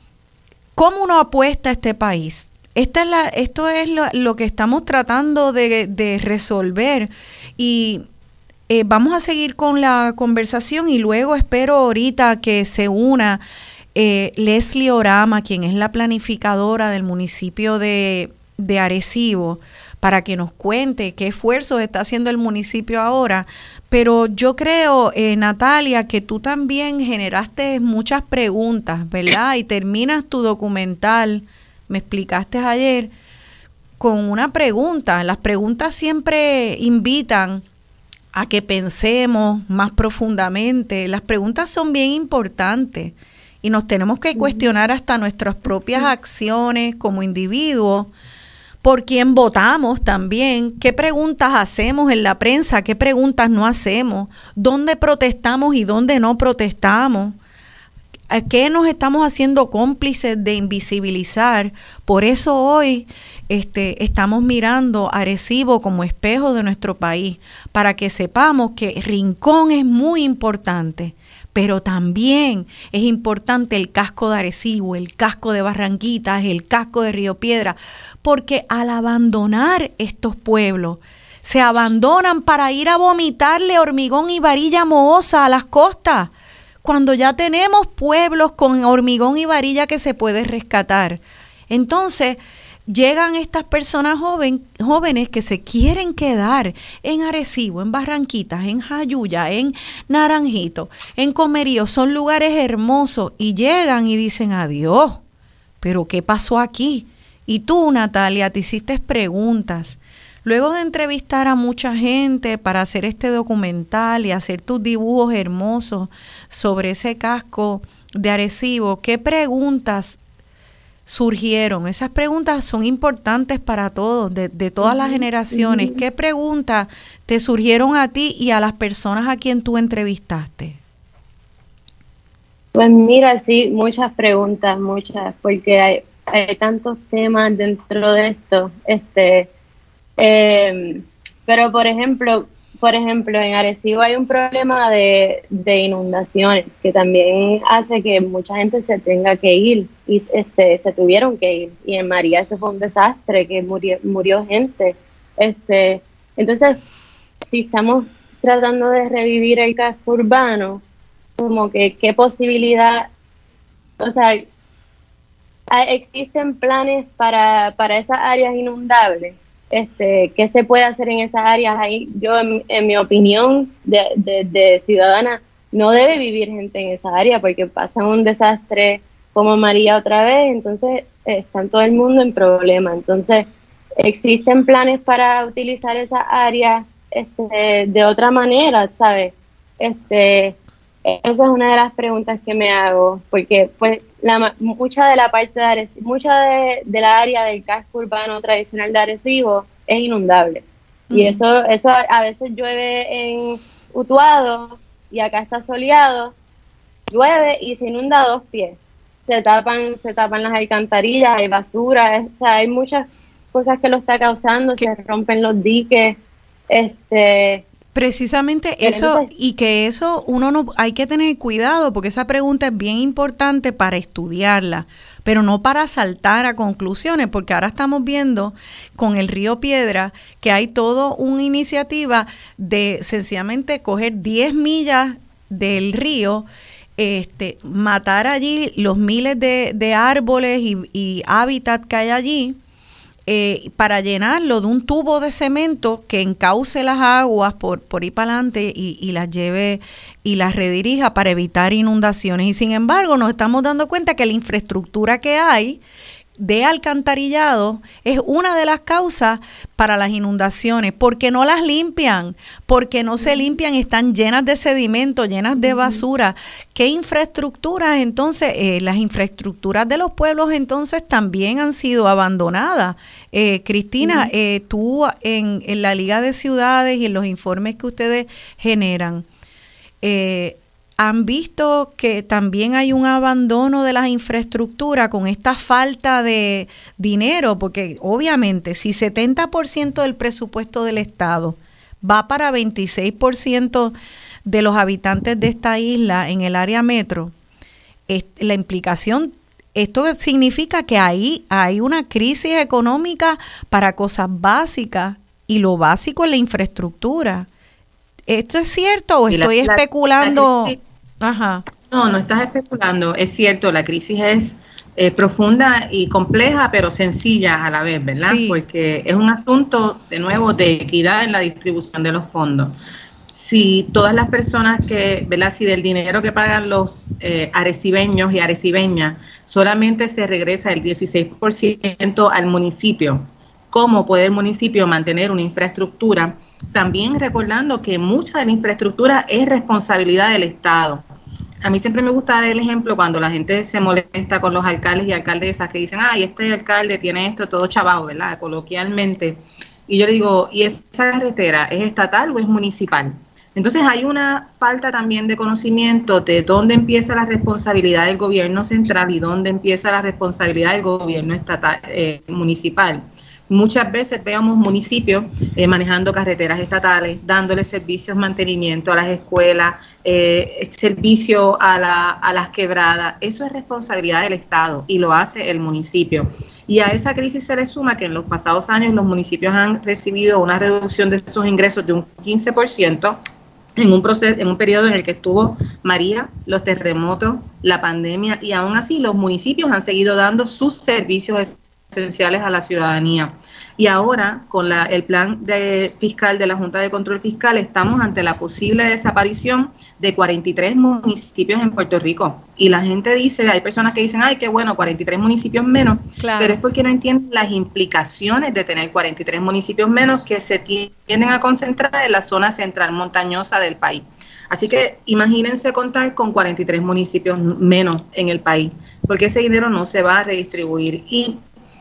¿cómo uno apuesta a este país? Esta es la, esto es lo, lo que estamos tratando de, de resolver. Y eh, vamos a seguir con la conversación y luego espero ahorita que se una eh, Leslie Orama, quien es la planificadora del municipio de, de Arecibo, para que nos cuente qué esfuerzos está haciendo el municipio ahora. Pero yo creo, eh, Natalia, que tú también generaste muchas preguntas, ¿verdad? Y terminas tu documental, me explicaste ayer, con una pregunta. Las preguntas siempre invitan a que pensemos más profundamente. Las preguntas son bien importantes y nos tenemos que cuestionar hasta nuestras propias acciones como individuos. ¿Por quién votamos también? ¿Qué preguntas hacemos en la prensa? ¿Qué preguntas no hacemos? ¿Dónde protestamos y dónde no protestamos? ¿A qué nos estamos haciendo cómplices de invisibilizar? Por eso hoy este, estamos mirando a Arecibo como espejo de nuestro país, para que sepamos que Rincón es muy importante, pero también es importante el casco de Arecibo, el casco de Barranquitas, el casco de Río Piedra, porque al abandonar estos pueblos, se abandonan para ir a vomitarle hormigón y varilla mohosa a las costas, cuando ya tenemos pueblos con hormigón y varilla que se puede rescatar. Entonces, llegan estas personas joven, jóvenes que se quieren quedar en Arecibo, en Barranquitas, en Jayuya, en Naranjito, en Comerío, son lugares hermosos, y llegan y dicen adiós, pero ¿qué pasó aquí? Y tú, Natalia, te hiciste preguntas. Luego de entrevistar a mucha gente para hacer este documental y hacer tus dibujos hermosos sobre ese casco de Arecibo, ¿qué preguntas surgieron? Esas preguntas son importantes para todos, de, de todas las generaciones. ¿Qué preguntas te surgieron a ti y a las personas a quien tú entrevistaste? Pues mira, sí, muchas preguntas, muchas, porque hay, hay tantos temas dentro de esto. Este, eh, pero por ejemplo, por ejemplo, en Arecibo hay un problema de, de inundaciones que también hace que mucha gente se tenga que ir y este se tuvieron que ir. Y en María eso fue un desastre, que murió, murió gente. Este, entonces, si estamos tratando de revivir el casco urbano, como que qué posibilidad, o sea, existen planes para, para esas áreas inundables. Este, ¿qué se puede hacer en esas áreas? Ahí, yo, en, en mi opinión de, de, de ciudadana, no debe vivir gente en esa área porque pasa un desastre como María otra vez, entonces eh, están todo el mundo en problema. Entonces, existen planes para utilizar esa área este, de otra manera, ¿sabes? Este, esa es una de las preguntas que me hago, porque pues la, mucha de la parte de Arecibo, mucha de, de la área del casco urbano tradicional de Arecibo es inundable. Uh-huh. Y eso, eso a veces llueve en Utuado y acá está soleado, llueve y se inunda a dos pies. Se tapan, se tapan las alcantarillas, hay basura, es, o sea, hay muchas cosas que lo está causando, ¿Qué? Se rompen los diques, este... Precisamente eso, y que eso uno no hay que tener cuidado, porque esa pregunta es bien importante para estudiarla, pero no para saltar a conclusiones, porque ahora estamos viendo con el Río Piedra que hay toda una iniciativa de sencillamente coger diez millas del río, este, matar allí los miles de, de árboles y, y hábitat que hay allí, Eh, para llenarlo de un tubo de cemento que encauce las aguas por, por ahí para adelante y, y las lleve y las redirija para evitar inundaciones. Y sin embargo nos estamos dando cuenta que la infraestructura que hay de alcantarillado es una de las causas para las inundaciones, porque no las limpian, porque no se limpian, están llenas de sedimento, llenas de basura. ¿Qué infraestructuras entonces? Eh, las infraestructuras de los pueblos entonces también han sido abandonadas. Eh, Cristina, uh-huh. eh, tú en, en la Liga de Ciudades y en los informes que ustedes generan, eh, han visto que también hay un abandono de las infraestructuras con esta falta de dinero, porque obviamente si setenta por ciento del presupuesto del Estado va para veintiséis por ciento de los habitantes de esta isla en el área metro, es, la implicación, esto significa que ahí hay una crisis económica para cosas básicas, y lo básico es la infraestructura. ¿Esto es cierto o estoy la, especulando? La, la Ajá. No, no estás especulando, es cierto, la crisis es eh, profunda y compleja, pero sencilla a la vez, ¿verdad? Sí. Porque es un asunto, de nuevo, de equidad en la distribución de los fondos. Si todas las personas que, ¿verdad? Si del dinero que pagan los eh, arecibeños y arecibeñas solamente se regresa el dieciséis por ciento al municipio, ¿cómo puede el municipio mantener una infraestructura? También recordando que mucha de la infraestructura es responsabilidad del Estado. A mí siempre me gusta dar el ejemplo cuando la gente se molesta con los alcaldes y alcaldesas que dicen, ay, este alcalde tiene esto todo chavado, ¿verdad? Coloquialmente. Y yo le digo, ¿y esa carretera es estatal o es municipal? Entonces hay una falta también de conocimiento de dónde empieza la responsabilidad del gobierno central y dónde empieza la responsabilidad del gobierno estatal, eh, municipal. Muchas veces vemos municipios eh, manejando carreteras estatales, dándole servicios, mantenimiento a las escuelas, eh, servicio a, la, a las quebradas. Eso es responsabilidad del Estado y lo hace el municipio. Y a esa crisis se le suma que en los pasados años los municipios han recibido una reducción de sus ingresos de un quince por ciento en un proceso, en un periodo en el que estuvo María, los terremotos, la pandemia, y aún así los municipios han seguido dando sus servicios esenciales a la ciudadanía. Y ahora, con la, el plan de fiscal de la Junta de Control Fiscal, estamos ante la posible desaparición de cuarenta y tres municipios en Puerto Rico. Y la gente dice, hay personas que dicen, ay, qué bueno, cuarenta y tres municipios menos, claro. Pero es porque no entienden las implicaciones de tener cuarenta y tres municipios menos que se tienden a concentrar en la zona central montañosa del país. Así que imagínense contar con cuarenta y tres municipios menos en el país, porque ese dinero no se va a redistribuir. Y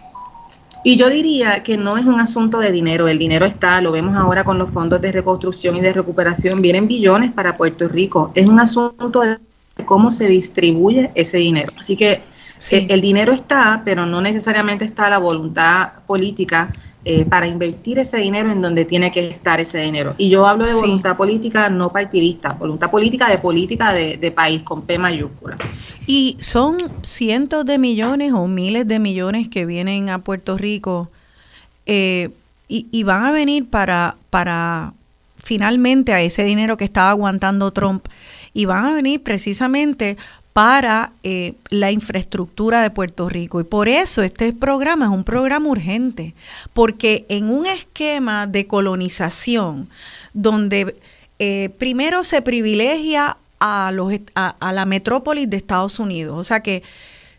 Y yo diría que no es un asunto de dinero, el dinero está, lo vemos ahora con los fondos de reconstrucción y de recuperación, vienen billones para Puerto Rico, es un asunto de cómo se distribuye ese dinero. Así que sí. eh, el dinero está, pero no necesariamente está la voluntad política eh, para invertir ese dinero en donde tiene que estar ese dinero. Y yo hablo de sí. voluntad política no partidista, voluntad política de política de, de país con P mayúscula. Y son cientos de millones o miles de millones que vienen a Puerto Rico eh, y, y van a venir para, para finalmente a ese dinero que estaba aguantando Trump, y van a venir precisamente para eh, la infraestructura de Puerto Rico. Y por eso este programa es un programa urgente, porque en un esquema de colonización donde eh, primero se privilegia a, los, a, a la metrópolis de Estados Unidos, o sea que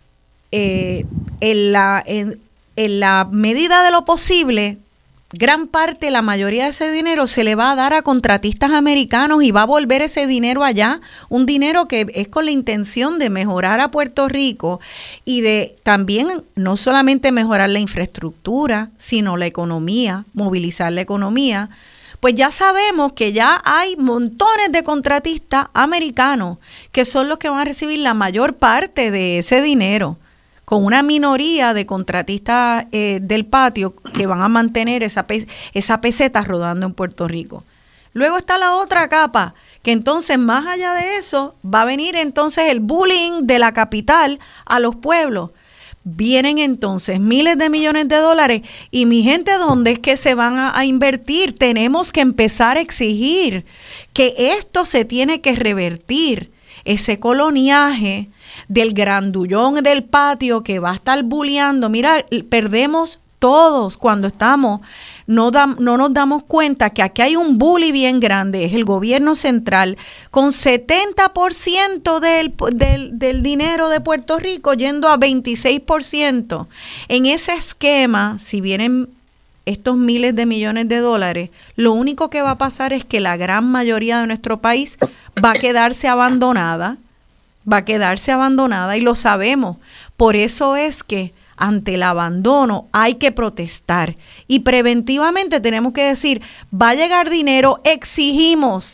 eh, en, la, en, en la medida de lo posible, gran parte, la mayoría de ese dinero se le va a dar a contratistas americanos y va a volver ese dinero allá, un dinero que es con la intención de mejorar a Puerto Rico y de también no solamente mejorar la infraestructura, sino la economía, movilizar la economía. Pues ya sabemos que ya hay montones de contratistas americanos que son los que van a recibir la mayor parte de ese dinero, con una minoría de contratistas eh, del patio que van a mantener esa, pe- esa peseta rodando en Puerto Rico. Luego está la otra capa, que entonces más allá de eso va a venir entonces el bullying de la capital a los pueblos. Vienen entonces miles de millones de dólares y mi gente, ¿dónde es que se van a, a invertir? Tenemos que empezar a exigir que esto se tiene que revertir, ese coloniaje del grandullón del patio que va a estar bulleando. Mira, perdemos todos cuando estamos, no, da, no nos damos cuenta que aquí hay un bully bien grande, es el gobierno central, con setenta por ciento del, del, del dinero de Puerto Rico yendo a veintiséis por ciento. En ese esquema, si vienen estos miles de millones de dólares, lo único que va a pasar es que la gran mayoría de nuestro país va a quedarse abandonada, va a quedarse abandonada y lo sabemos. Por eso es que ante el abandono hay que protestar y preventivamente tenemos que decir, va a llegar dinero, exigimos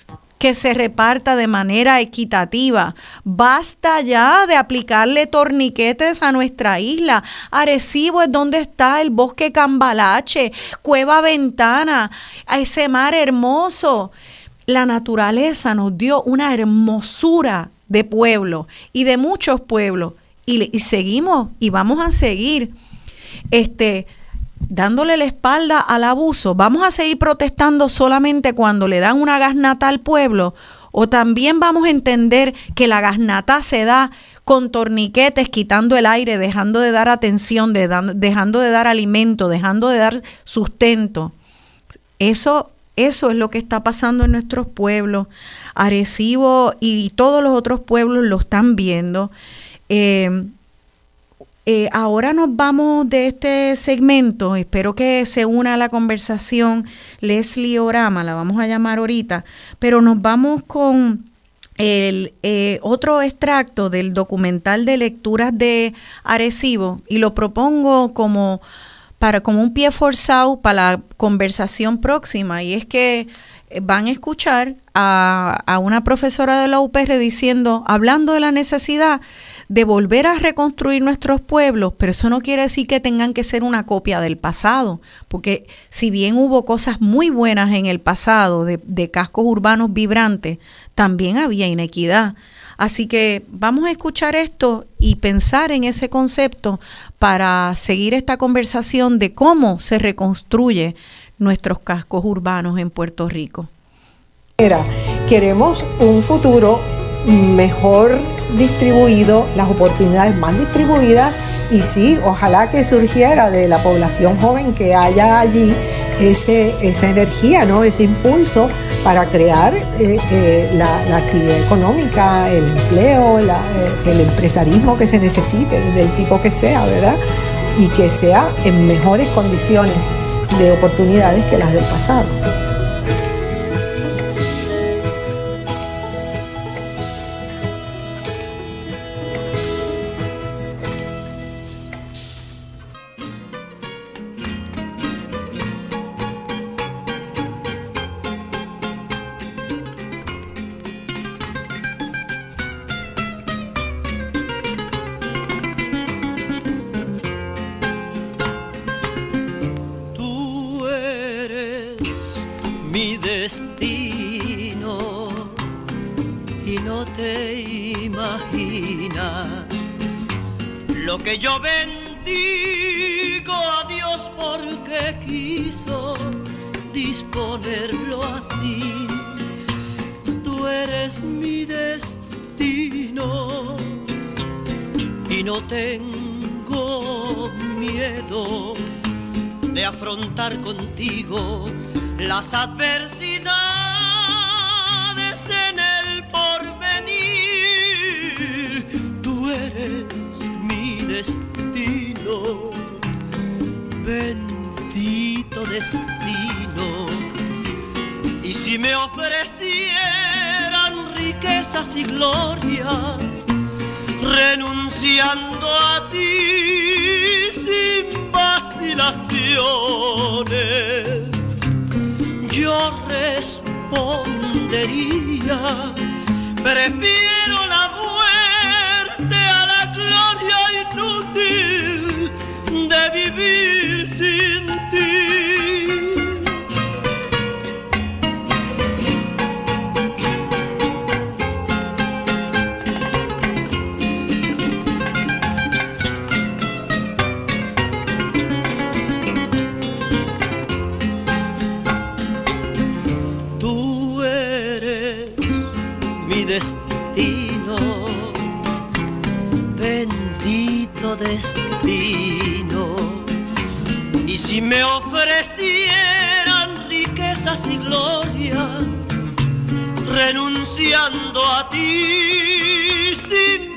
que se reparta de manera equitativa. Basta ya de aplicarle torniquetes a nuestra isla. Arecibo es donde está el bosque Cambalache, Cueva Ventana, ese mar hermoso. La naturaleza nos dio una hermosura de pueblo y de muchos pueblos, y, y seguimos y vamos a seguir este, dándole la espalda al abuso. Vamos a seguir protestando solamente cuando le dan una gasnata al pueblo, o también vamos a entender que la gasnata se da con torniquetes, quitando el aire, dejando de dar atención, de dan, dejando de dar alimento, dejando de dar sustento. Eso Eso es lo que está pasando en nuestros pueblos. Arecibo y todos los otros pueblos lo están viendo. Eh, eh, ahora nos vamos de este segmento. Espero que se una a la conversación Leslie Orama, la vamos a llamar ahorita. Pero nos vamos con el eh, otro extracto del documental de lecturas de Arecibo, y lo propongo como... Para, como un pie forzado para la conversación próxima, y es que van a escuchar a, a una profesora de la U P R diciendo, hablando de la necesidad de volver a reconstruir nuestros pueblos, pero eso no quiere decir que tengan que ser una copia del pasado, porque si bien hubo cosas muy buenas en el pasado de, de cascos urbanos vibrantes, también había inequidad. Así que vamos a escuchar esto y pensar en ese concepto para seguir esta conversación de cómo se reconstruye nuestros cascos urbanos en Puerto Rico. Queremos un futuro mejor distribuido, las oportunidades más distribuidas, y sí, ojalá que surgiera de la población joven que haya allí ese, esa energía, ¿no? Ese impulso para crear eh, eh, la, la actividad económica, el empleo, la, eh, el empresarismo que se necesite, del tipo que sea, ¿verdad? Y que sea en mejores condiciones de oportunidades que las del pasado. Que yo bendigo a Dios porque quiso disponerlo así. Tú eres mi destino y no tengo miedo de afrontar contigo las adversidades en el porvenir. Tú eres destino, bendito destino. Y si me ofrecieran riquezas y glorias, renunciando a ti sin vacilaciones, yo respondería, prefiero la muerte a la gloria inútil de vivir sin ti. Tú eres mi destino, bendito destino. Y si me ofrecieran riquezas y glorias, renunciando a ti sin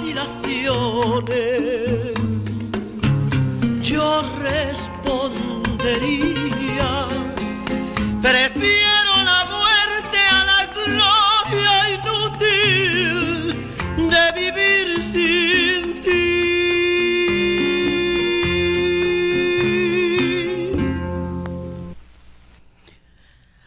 vacilaciones, yo respondería, prefiero la muerte a la gloria inútil de vivir sin ti.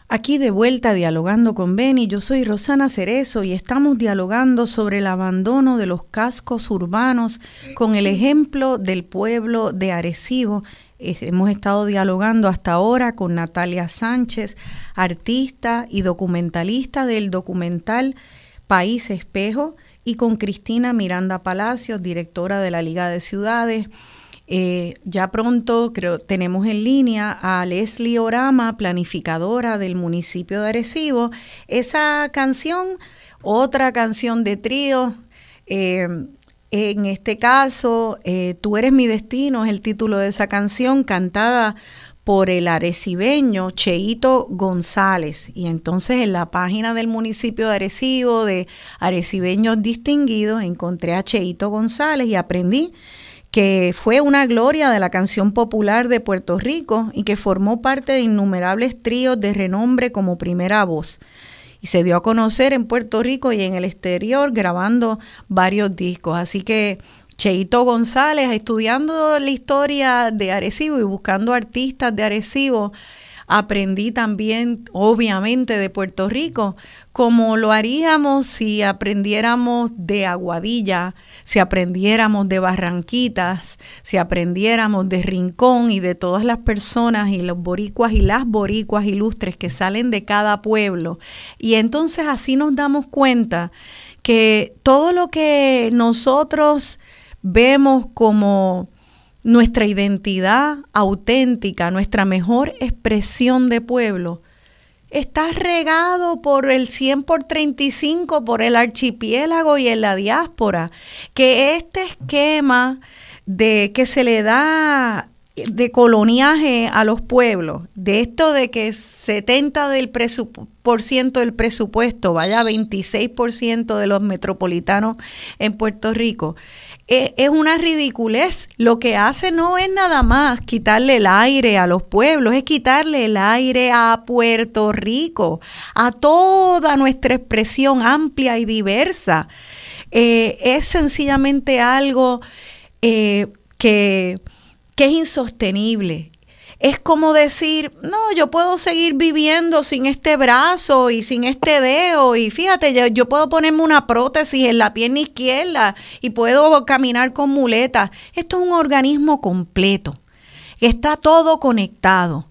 Aquí de vuelta dialogando con Beni, yo soy Rosana Cerezo y estamos dialogando sobre el abandono de los cascos urbanos con el ejemplo del pueblo de Arecibo. Hemos estado dialogando hasta ahora con Natalia Sánchez, artista y documentalista del documental País Espejo, y con Cristina Miranda Palacios, directora de la Liga de Ciudades. Eh, ya pronto creo tenemos en línea a Leslie Orama, planificadora del municipio de Arecibo. Esa canción, otra canción de trío, eh, en este caso, eh, Tú eres mi destino, es el título de esa canción, cantada por el arecibeño Cheito González. Y entonces en la página del municipio de Arecibo, de Arecibeños Distinguidos, encontré a Cheito González y aprendí que fue una gloria de la canción popular de Puerto Rico y que formó parte de innumerables tríos de renombre como primera voz. Y se dio a conocer en Puerto Rico y en el exterior grabando varios discos. Así que Cheito González, estudiando la historia de Arecibo y buscando artistas de Arecibo, aprendí también, obviamente, de Puerto Rico, como lo haríamos si aprendiéramos de Aguadilla, si aprendiéramos de Barranquitas, si aprendiéramos de Rincón y de todas las personas y los boricuas y las boricuas ilustres que salen de cada pueblo. Y entonces así nos damos cuenta que todo lo que nosotros vemos como nuestra identidad auténtica, nuestra mejor expresión de pueblo, está regado por el cien por treinta y cinco, por el archipiélago y en la diáspora, que este esquema de que se le da de coloniaje a los pueblos, de esto de que setenta del presup- por ciento del presupuesto vaya a veintiséis por ciento de los metropolitanos en Puerto Rico, es una ridiculez. Lo que hace no es nada más quitarle el aire a los pueblos, es quitarle el aire a Puerto Rico, a toda nuestra expresión amplia y diversa. Eh, es sencillamente algo eh, que, que es insostenible. Es como decir, no, yo puedo seguir viviendo sin este brazo y sin este dedo, y fíjate, yo, yo puedo ponerme una prótesis en la pierna izquierda y puedo caminar con muletas. Esto es un organismo completo, está todo conectado.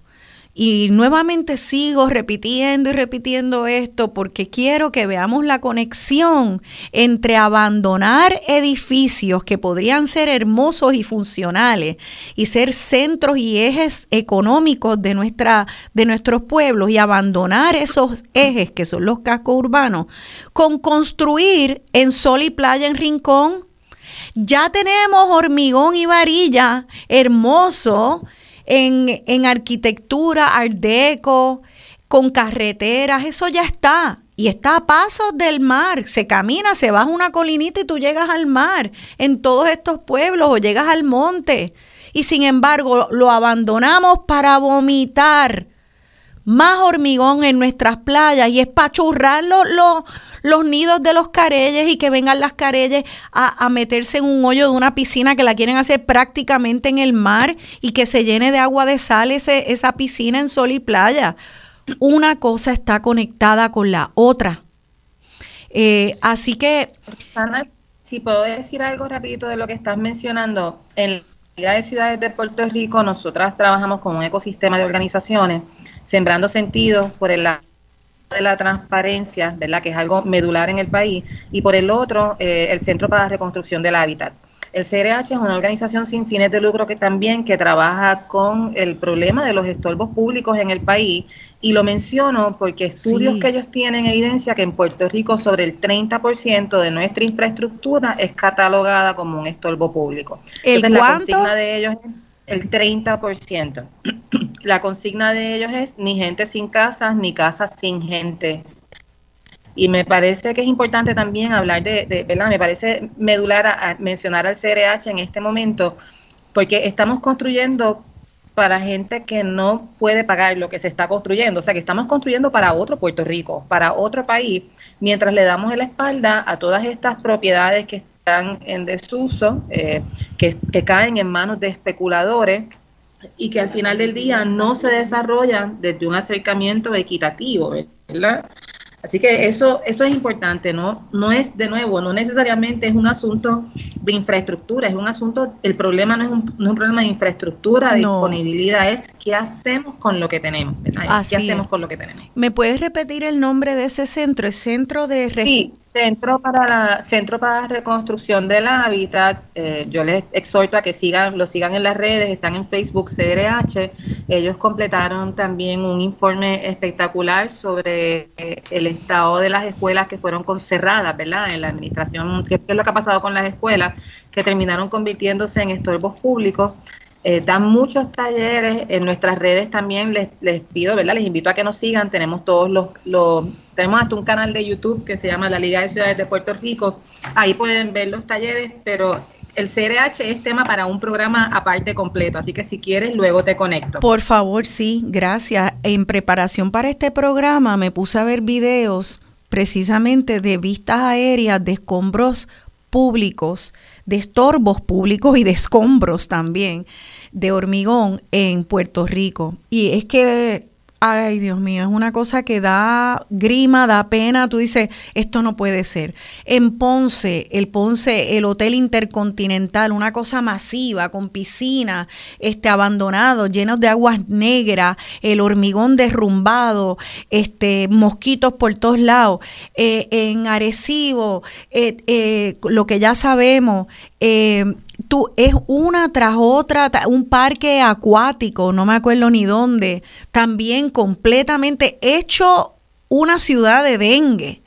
Y nuevamente sigo repitiendo y repitiendo esto porque quiero que veamos la conexión entre abandonar edificios que podrían ser hermosos y funcionales y ser centros y ejes económicos de, nuestra, de nuestros pueblos, y abandonar esos ejes que son los cascos urbanos con construir en Sol y Playa en Rincón. Ya tenemos hormigón y varilla hermoso, En, en arquitectura, art deco, con carreteras, eso ya está. Y está a pasos del mar. Se camina, se baja una colinita y tú llegas al mar en todos estos pueblos, o llegas al monte. Y sin embargo, lo abandonamos para vomitar más hormigón en nuestras playas, y es para churrar los, los, los nidos de los careyes y que vengan las careyes a, a meterse en un hoyo de una piscina que la quieren hacer prácticamente en el mar y que se llene de agua de sal ese, esa piscina en Sol y Playa. Una cosa está conectada con la otra. Eh, así que... Ana, si puedo decir algo rapidito de lo que estás mencionando, en la Liga de Ciudades de Puerto Rico nosotras trabajamos con un ecosistema de organizaciones, sembrando sentido por el lado de la transparencia, ¿verdad?, que es algo medular en el país, y por el otro, eh, el Centro para la Reconstrucción del Hábitat. El C R H es una organización sin fines de lucro que también que trabaja con el problema de los estorbos públicos en el país, y lo menciono porque estudios sí. que ellos tienen evidencia que en Puerto Rico sobre el treinta por ciento de nuestra infraestructura es catalogada como un estorbo público. ¿El Entonces, cuánto? La consigna de ellos es el treinta por ciento. La consigna de ellos es ni gente sin casas, ni casas sin gente. Y me parece que es importante también hablar de, de ¿verdad? Me parece medular a, a mencionar al C R H en este momento, porque estamos construyendo para gente que no puede pagar lo que se está construyendo. O sea, que estamos construyendo para otro Puerto Rico, para otro país, mientras le damos en la espalda a todas estas propiedades que están en desuso, eh, que, que caen en manos de especuladores y que al final del día no se desarrollan desde un acercamiento equitativo, ¿verdad? Así que eso eso es importante, ¿no? No es, de nuevo, no necesariamente es un asunto de infraestructura, es un asunto, el problema no es un, no es un problema de infraestructura, de no. disponibilidad, es qué hacemos con lo que tenemos, ¿verdad? Así ¿Qué hacemos es. con lo que tenemos? ¿Me puedes repetir el nombre de ese centro? ¿El Centro de... Res- sí. Centro para la Centro para la Reconstrucción del Hábitat. Eh, yo les exhorto a que sigan, lo sigan en las redes, están en Facebook, C R H. Ellos completaron también un informe espectacular sobre eh, el estado de las escuelas que fueron cerradas, ¿verdad? En la administración, qué es lo que ha pasado con las escuelas que terminaron convirtiéndose en estorbos públicos. Eh, dan muchos talleres en nuestras redes también, les, les pido, ¿verdad? Les invito a que nos sigan, tenemos todos los, los, tenemos hasta un canal de YouTube que se llama la Liga de Ciudades de Puerto Rico, ahí pueden ver los talleres, pero el C R H es tema para un programa aparte completo, así que si quieres luego te conecto. Por favor, sí, gracias. En preparación para este programa me puse a ver videos precisamente de vistas aéreas de escombros públicos, de estorbos públicos y de escombros también de hormigón en Puerto Rico. Y es que, ay Dios mío, es una cosa que da grima, da pena. Tú dices, esto no puede ser. En Ponce, el Ponce, el Hotel Intercontinental, una cosa masiva, con piscina, este, abandonado, llenos de aguas negras, el hormigón derrumbado, este, mosquitos por todos lados. Eh, en Arecibo, eh, eh, lo que ya sabemos, eh, tú, es una tras otra, un parque acuático, no me acuerdo ni dónde, también completamente hecho una ciudad de dengue.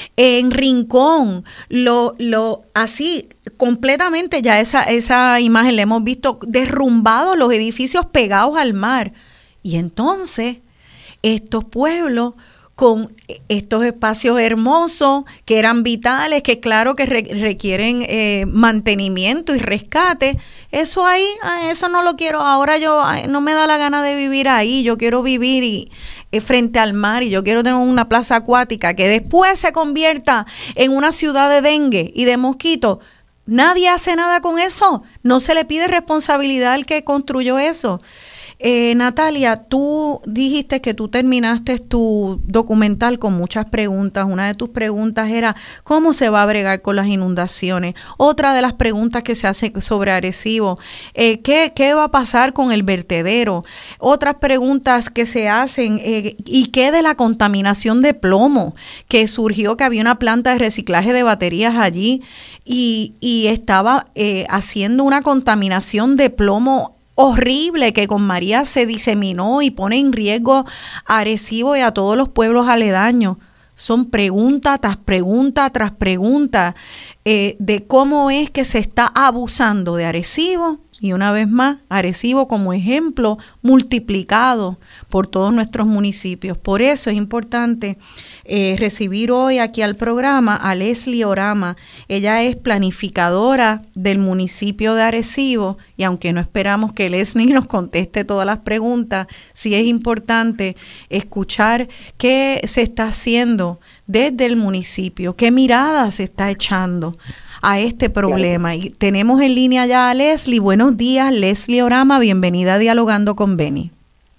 En Rincón, lo, lo, así, completamente ya esa, esa imagen la hemos visto, derrumbados los edificios pegados al mar. Y entonces, estos pueblos con estos espacios hermosos que eran vitales, que claro que re, requieren eh, mantenimiento y rescate, eso ahí, eso no lo quiero, ahora yo ay, no me da la gana de vivir ahí, yo quiero vivir y, eh, frente al mar y yo quiero tener una plaza acuática que después se convierta en una ciudad de dengue y de mosquitos. Nadie hace nada con eso, no se le pide responsabilidad al que construyó eso. Eh, Natalia, tú dijiste que tú terminaste tu documental con muchas preguntas. Una de tus preguntas era ¿cómo se va a bregar con las inundaciones? Otra de las preguntas que se hace sobre Arecibo, eh, ¿qué, ¿qué va a pasar con el vertedero? Otras preguntas que se hacen, eh, ¿y qué de la contaminación de plomo? Que surgió que había una planta de reciclaje de baterías allí y, y estaba eh, haciendo una contaminación de plomo horrible que con María se diseminó y pone en riesgo a Arecibo y a todos los pueblos aledaños. Son pregunta tras pregunta tras pregunta eh, de cómo es que se está abusando de Arecibo y una vez más Arecibo como ejemplo multiplicado por todos nuestros municipios. Por eso es importante eh, recibir hoy aquí al programa a Leslie Orama. Ella es planificadora del municipio de Arecibo y aunque no esperamos que Leslie nos conteste todas las preguntas, sí es importante escuchar qué se está haciendo desde el municipio, qué mirada se está echando a este problema. Y tenemos en línea ya a Leslie. Buenos días, Leslie Orama, bienvenida a Dialogando con Beni.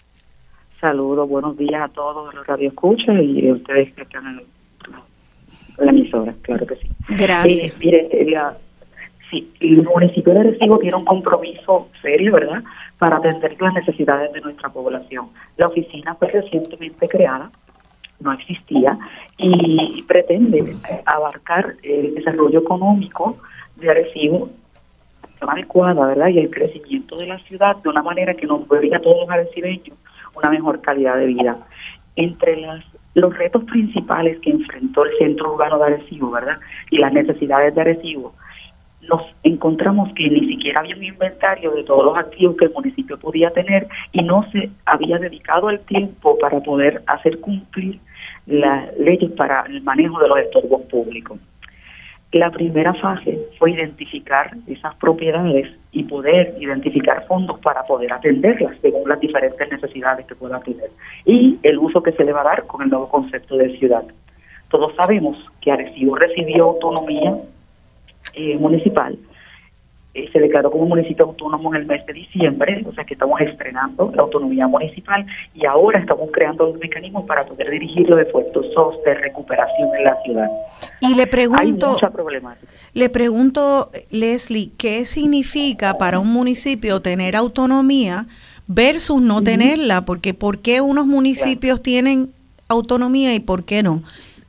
Saludos, buenos días a todos los radioescuchas y a ustedes que están en la emisora, claro que sí. Gracias. Eh, mire, la, sí, el municipio de Arecibo tiene un compromiso serio, ¿verdad?, para atender las necesidades de nuestra población. La oficina fue recientemente creada, no existía, y pretende abarcar el desarrollo económico de Arecibo de forma adecuada, ¿verdad?, y el crecimiento de la ciudad de una manera que nos brinde a todos los arecibeños una mejor calidad de vida. Entre las, los retos principales que enfrentó el centro urbano de Arecibo, ¿verdad?, y las necesidades de Arecibo, nos encontramos que ni siquiera había un inventario de todos los activos que el municipio podía tener y no se había dedicado el tiempo para poder hacer cumplir las leyes para el manejo de los estorbos públicos. La primera fase fue identificar esas propiedades y poder identificar fondos para poder atenderlas según las diferentes necesidades que pueda tener y el uso que se le va a dar con el nuevo concepto de ciudad. Todos sabemos que Arecibo recibió autonomía eh, municipal eh, se declaró como municipio autónomo en el mes de diciembre, o sea que estamos estrenando la autonomía municipal y ahora estamos creando los mecanismos para poder dirigir los esfuerzos de recuperación en la ciudad. Y le pregunto, hay mucha problemática. Le pregunto, Leslie, ¿qué significa para un municipio tener autonomía versus no uh-huh. tenerla? Porque ¿por qué unos municipios claro. tienen autonomía y por qué no?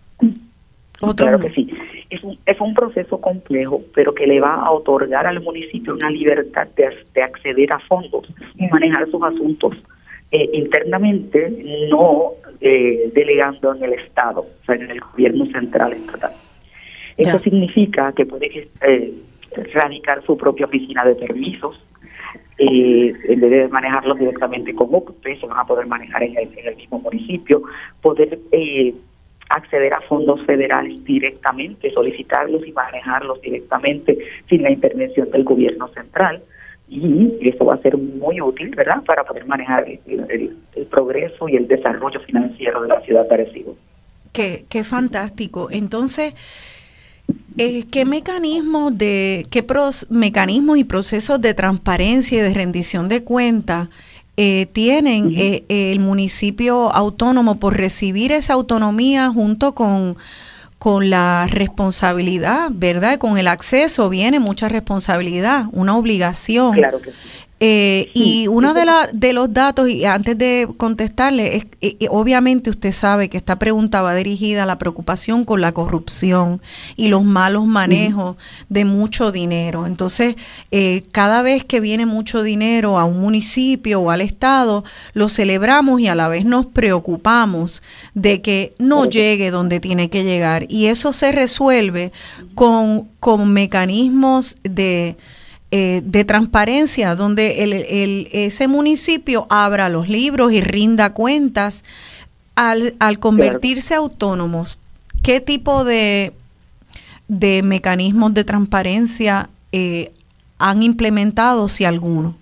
Otro claro no. que sí. Es un, es un proceso complejo, pero que le va a otorgar al municipio una libertad de, de acceder a fondos y manejar sus asuntos eh, internamente, no eh, delegando en el Estado, o sea, en el gobierno central estatal. Eso ya. significa que puede eh, radicar su propia oficina de permisos, eh, en vez de manejarlos directamente con O C P E, se van a poder manejar en el, en el mismo municipio, poder eh, acceder a fondos federales directamente, solicitarlos y manejarlos directamente sin la intervención del gobierno central. Y eso va a ser muy útil, ¿verdad?, para poder manejar el, el, el progreso y el desarrollo financiero de la ciudad de Arecibo. Qué, qué fantástico. Entonces, eh, ¿qué mecanismos de qué pros, mecanismos y procesos de transparencia y de rendición de cuentas Eh, tienen uh-huh. eh, el municipio autónomo por recibir esa autonomía junto con, con la responsabilidad, ¿verdad? Con el acceso viene mucha responsabilidad, una obligación. Claro que sí. Eh, y uno de, la, de los datos, y antes de contestarle, es, eh, obviamente usted sabe que esta pregunta va dirigida a la preocupación con la corrupción y los malos manejos uh-huh. de mucho dinero. Entonces, eh, cada vez que viene mucho dinero a un municipio o al Estado, lo celebramos y a la vez nos preocupamos de que no llegue donde tiene que llegar. Y eso se resuelve con, con mecanismos de... Eh, de transparencia, donde el, el, ese municipio abra los libros y rinda cuentas. Al, al convertirse claro. autónomos, ¿qué tipo de, de mecanismos de transparencia eh, han implementado, si alguno?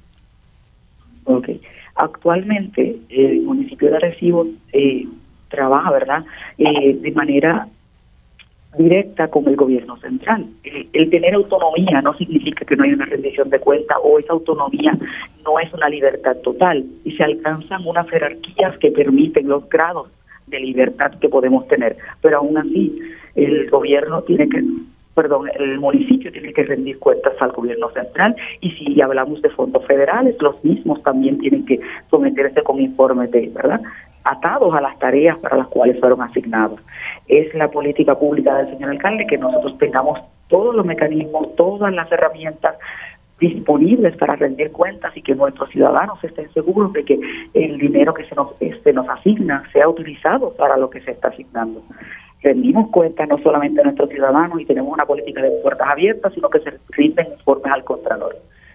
Ok. Actualmente el municipio de Arecibo eh, trabaja, ¿verdad?, eh, de manera directa con el gobierno central. El, el tener autonomía no significa que no hay una rendición de cuenta, o esa autonomía no es una libertad total, y se alcanzan unas jerarquías que permiten los grados de libertad que podemos tener, pero aún así el gobierno tiene que, perdón, el municipio tiene que rendir cuentas al gobierno central, y si hablamos de fondos federales, los mismos también tienen que someterse con informes de, ¿verdad?, atados a las tareas para las cuales fueron asignados. Es la política pública del señor alcalde que nosotros tengamos todos los mecanismos, todas las herramientas disponibles para rendir cuentas y que nuestros ciudadanos estén seguros de que el dinero que se nos, se nos asigna sea utilizado para lo que se está asignando. Rendimos cuentas no solamente a nuestros ciudadanos y tenemos una política de puertas abiertas, sino que se rinden informes al Contralor.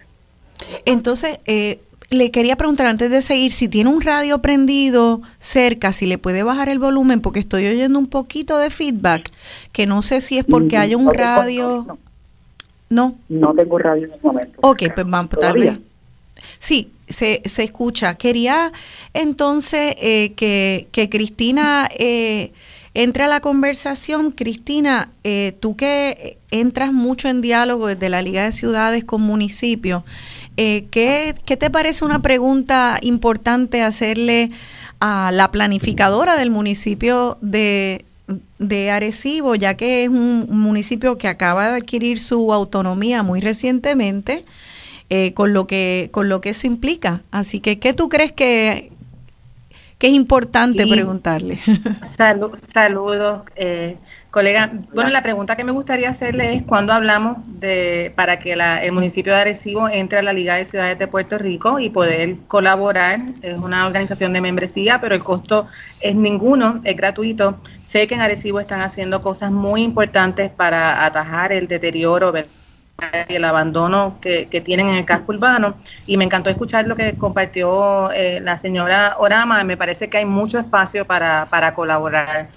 Entonces, eh, le quería preguntar antes de seguir, si tiene un radio prendido cerca, si le puede bajar el volumen, porque estoy oyendo un poquito de feedback, que no sé si es porque mm, haya un no radio... No, no. No tengo radio en este momento. Ok, pues vamos, tal vez. Sí, se, se escucha. Quería entonces eh, que, que Cristina eh, entre a la conversación. Cristina, eh, tú que entras mucho en diálogo desde la Liga de Ciudades con municipios, Eh, ¿qué, ¿Qué te parece una pregunta importante hacerle a la planificadora del municipio de, de Arecibo, ya que es un municipio que acaba de adquirir su autonomía muy recientemente, eh, con lo que con lo que eso implica? Así que, ¿qué tú crees que, que es importante sí. preguntarle? Salud, saludos, eh, colega. Bueno, la pregunta que me gustaría hacerle es, ¿cuándo hablamos de para que la, el municipio de Arecibo entre a la Liga de Ciudades de Puerto Rico y poder colaborar? Es una organización de membresía, pero el costo es ninguno, es gratuito. Sé que en Arecibo están haciendo cosas muy importantes para atajar el deterioro y el abandono que, que tienen en el casco urbano, y me encantó escuchar lo que compartió eh, la señora Orama. Me parece que hay mucho espacio para, para colaborar.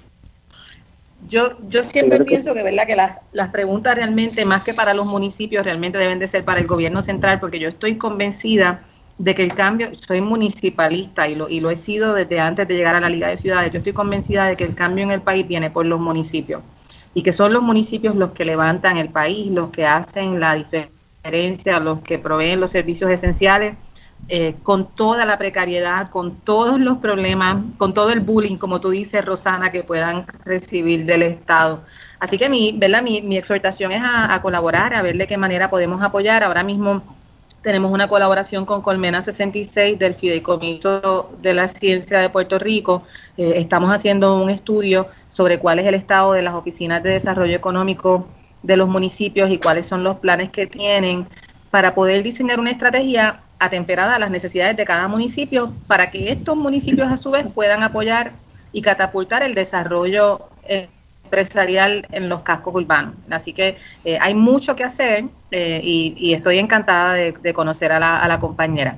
Yo yo siempre pienso que, ¿verdad?, que las, las preguntas realmente, más que para los municipios, realmente deben de ser para el gobierno central, porque yo estoy convencida de que el cambio, soy municipalista y lo, y lo he sido desde antes de llegar a la Liga de Ciudades, yo estoy convencida de que el cambio en el país viene por los municipios, y que son los municipios los que levantan el país, los que hacen la diferencia referencia, los que proveen los servicios esenciales, eh, con toda la precariedad, con todos los problemas, con todo el bullying, como tú dices, Rosana, que puedan recibir del Estado. Así que mi, ¿verdad? mi, mi exhortación es a, a colaborar, a ver de qué manera podemos apoyar. Ahora mismo tenemos una colaboración con Colmena sesenta y seis del Fideicomiso de la Ciencia de Puerto Rico. Eh, estamos haciendo un estudio sobre cuál es el estado de las oficinas de desarrollo económico de los municipios y cuáles son los planes que tienen para poder diseñar una estrategia atemperada a las necesidades de cada municipio para que estos municipios a su vez puedan apoyar y catapultar el desarrollo eh, empresarial en los cascos urbanos. Así que eh, hay mucho que hacer eh, y, y estoy encantada de, de conocer a la, a la compañera.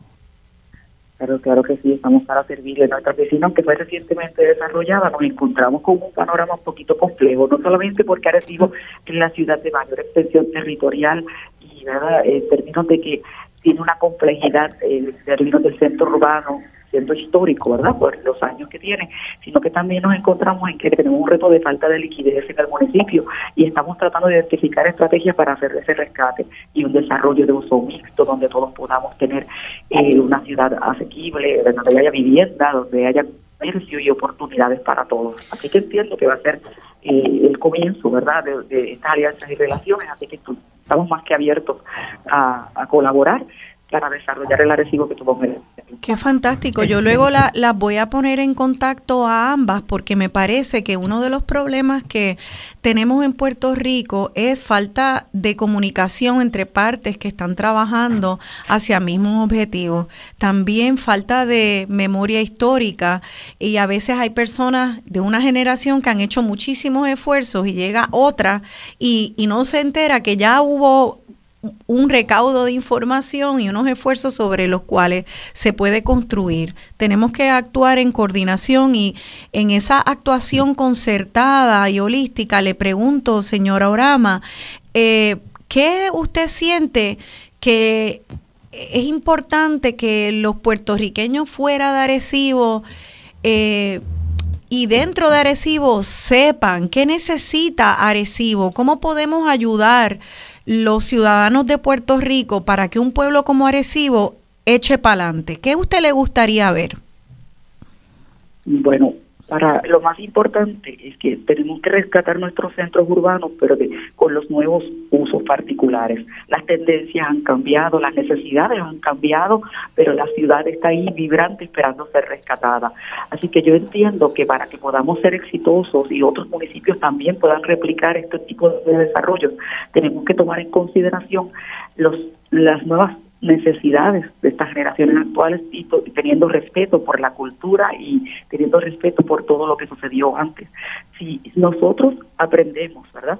Claro, claro que sí, estamos para servirle. Nuestra oficina, aunque fue recientemente desarrollada, nos encontramos con un panorama un poquito complejo, no solamente porque Arecibo es la ciudad de mayor extensión territorial y, ¿verdad?, en términos de que tiene una complejidad eh, en términos del centro urbano, siendo histórico, ¿verdad?, por los años que tiene, sino que también nos encontramos en que tenemos un reto de falta de liquidez en el municipio y estamos tratando de identificar estrategias para hacer ese rescate y un desarrollo de uso mixto donde todos podamos tener eh, una ciudad asequible, donde haya vivienda, donde haya comercio y oportunidades para todos. Así que entiendo que va a ser eh, el comienzo, ¿verdad?, de, de estas alianzas y relaciones, así que estamos más que abiertos a, a colaborar para desarrollar el Arecibo que tuvo en el... Qué fantástico. Yo luego las la voy a poner en contacto a ambas porque me parece que uno de los problemas que tenemos en Puerto Rico es falta de comunicación entre partes que están trabajando hacia mismos objetivos. También falta de memoria histórica y a veces hay personas de una generación que han hecho muchísimos esfuerzos y llega otra y, y no se entera que ya hubo un recaudo de información y unos esfuerzos sobre los cuales se puede construir. Tenemos que actuar en coordinación y en esa actuación concertada y holística, le pregunto, señora Orama, eh, ¿qué usted siente que es importante que los puertorriqueños fuera de Arecibo eh, y dentro de Arecibo sepan qué necesita Arecibo? ¿Cómo podemos ayudar los ciudadanos de Puerto Rico para que un pueblo como Arecibo eche para adelante? ¿Qué a usted le gustaría ver? Bueno, para lo más importante es que tenemos que rescatar nuestros centros urbanos, pero de, con los nuevos usos particulares. Las tendencias han cambiado, las necesidades han cambiado, pero la ciudad está ahí vibrante esperando ser rescatada. Así que yo entiendo que para que podamos ser exitosos y otros municipios también puedan replicar este tipo de desarrollos, tenemos que tomar en consideración los las nuevas necesidades de estas generaciones actuales y to- teniendo respeto por la cultura y teniendo respeto por todo lo que sucedió antes. Si nosotros aprendemos, ¿verdad?,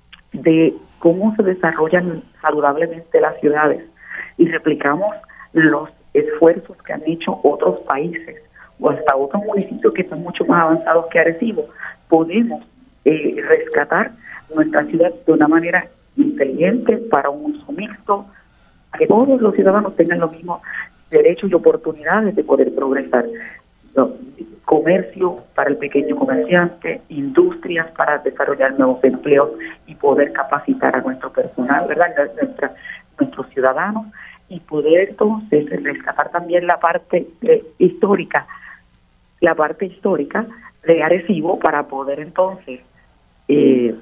de cómo se desarrollan saludablemente las ciudades y replicamos los esfuerzos que han hecho otros países o hasta otros municipios que están mucho más avanzados que Arecibo, podemos eh, rescatar nuestra ciudad de una manera inteligente para un uso mixto, que todos los ciudadanos tengan los mismos derechos y oportunidades de poder progresar. No, comercio para el pequeño comerciante, industrias para desarrollar nuevos empleos y poder capacitar a nuestro personal, ¿verdad?, Nuestra, nuestros ciudadanos, y poder entonces rescatar también la parte eh, histórica, la parte histórica de Arecibo para poder entonces eh,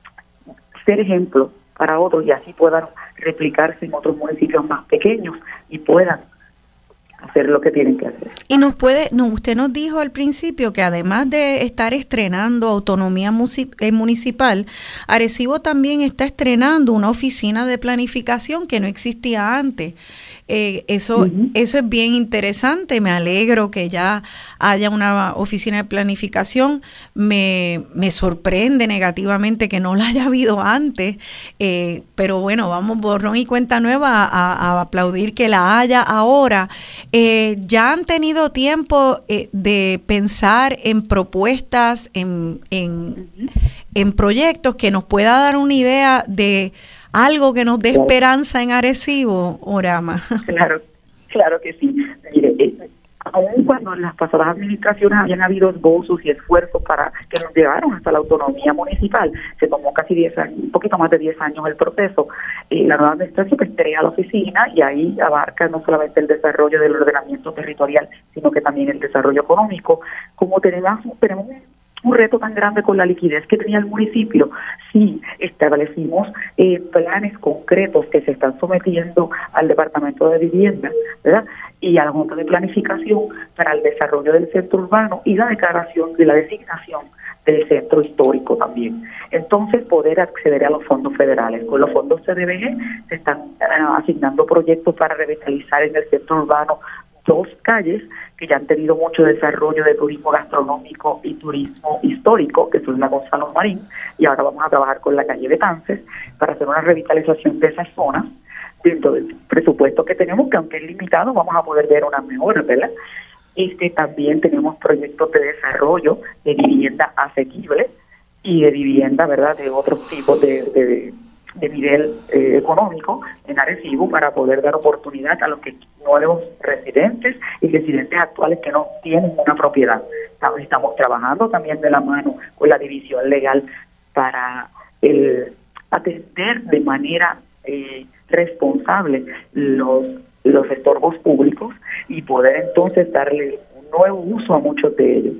ser ejemplo para otros y así puedan replicarse en otros municipios más pequeños y puedan hacer lo que tienen que hacer. Y nos puede, no, usted nos dijo al principio que además de estar estrenando autonomía municipal, Arecibo también está estrenando una oficina de planificación que no existía antes. Eh, eso, uh-huh. eso es bien interesante. Me alegro que ya haya una oficina de planificación. Me, me sorprende negativamente que no la haya habido antes, eh, pero bueno, vamos borrón y cuenta nueva a, a aplaudir que la haya ahora. Eh, ya han tenido tiempo eh, de pensar en propuestas, en, en, uh-huh. en proyectos que nos pueda dar una idea de algo que nos dé esperanza en Arecibo, Orama. Claro, claro que sí. Mire, eh, aun cuando en las pasadas administraciones habían habido esbozos y esfuerzos para que nos llegaron hasta la autonomía municipal, se tomó casi diez años, un poquito más de diez años el proceso, y la nueva administración pues crea la oficina y ahí abarca no solamente el desarrollo del ordenamiento territorial, sino que también el desarrollo económico. Como tenemos, tenemos un reto tan grande con la liquidez que tenía el municipio, sí establecimos eh, planes concretos que se están sometiendo al Departamento de Vivienda, ¿verdad?, y a la Junta de Planificación para el desarrollo del centro urbano y la declaración de la designación del centro histórico también. Entonces, poder acceder a los fondos federales. Con los fondos C D B G se están eh, asignando proyectos para revitalizar en el centro urbano dos calles que ya han tenido mucho desarrollo de turismo gastronómico y turismo histórico, que son la Gonzalo Marín, y ahora vamos a trabajar con la calle Betances para hacer una revitalización de esas zonas dentro del presupuesto que tenemos, que aunque es limitado, vamos a poder ver una mejora, ¿verdad? Este, también tenemos proyectos de desarrollo de vivienda asequible y de vivienda, ¿verdad?, de otros tipos de, de, de nivel eh, económico en Arecibo para poder dar oportunidad a los que nuevos residentes y residentes actuales que no tienen una propiedad. Estamos, estamos trabajando también de la mano con la división legal para el, atender de manera eh, responsable los los estorbos públicos y poder entonces darle un nuevo uso a muchos de ellos.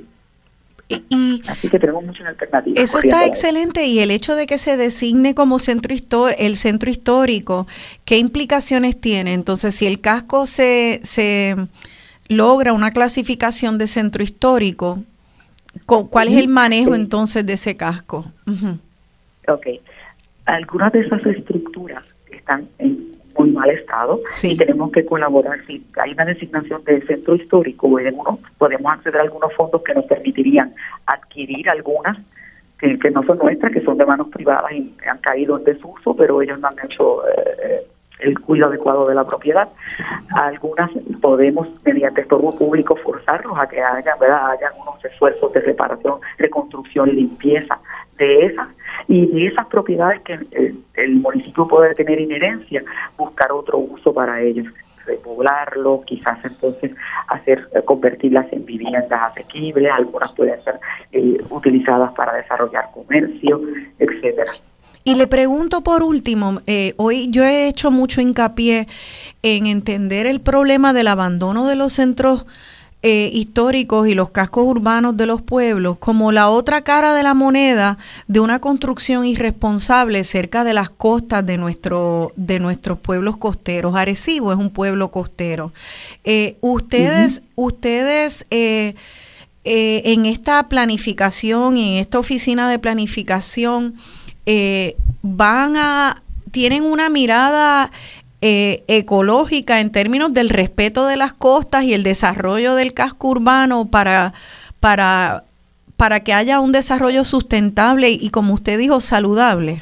Y, y así que tenemos muchas alternativas. Eso está excelente, y el hecho de que se designe como centro histórico, el centro histórico, ¿qué implicaciones tiene? Entonces, si el casco se, se logra una clasificación de centro histórico, ¿cuál es el manejo sí. entonces de ese casco? Uh-huh. Ok. Algunas de esas estructuras están en muy mal estado sí. y tenemos que colaborar. Si hay una designación de centro histórico, uno, podemos acceder a algunos fondos que nos permitirían adquirir algunas que, que no son nuestras, que son de manos privadas y han caído en desuso, pero ellos no han hecho eh, el cuidado adecuado de la propiedad. Algunas podemos, mediante estorbo público, forzarlos a que hagan, ¿verdad?, hayan unos esfuerzos de reparación, reconstrucción, limpieza de esas, y de esas propiedades que el, el municipio puede tener inherencia, buscar otro uso para ellos, repoblarlo, quizás entonces hacer convertirlas en viviendas asequibles, algunas pueden ser eh, utilizadas para desarrollar comercio, etcétera. Y le pregunto por último, eh, hoy yo he hecho mucho hincapié en entender el problema del abandono de los centros Eh, históricos y los cascos urbanos de los pueblos como la otra cara de la moneda de una construcción irresponsable cerca de las costas de nuestro de nuestros pueblos costeros. Arecibo es un pueblo costero. Eh, ustedes, uh-huh. ustedes eh, eh, en esta planificación y en esta oficina de planificación eh, van a tienen una mirada Eh, ecológica en términos del respeto de las costas y el desarrollo del casco urbano para, para, para que haya un desarrollo sustentable y, como usted dijo, saludable.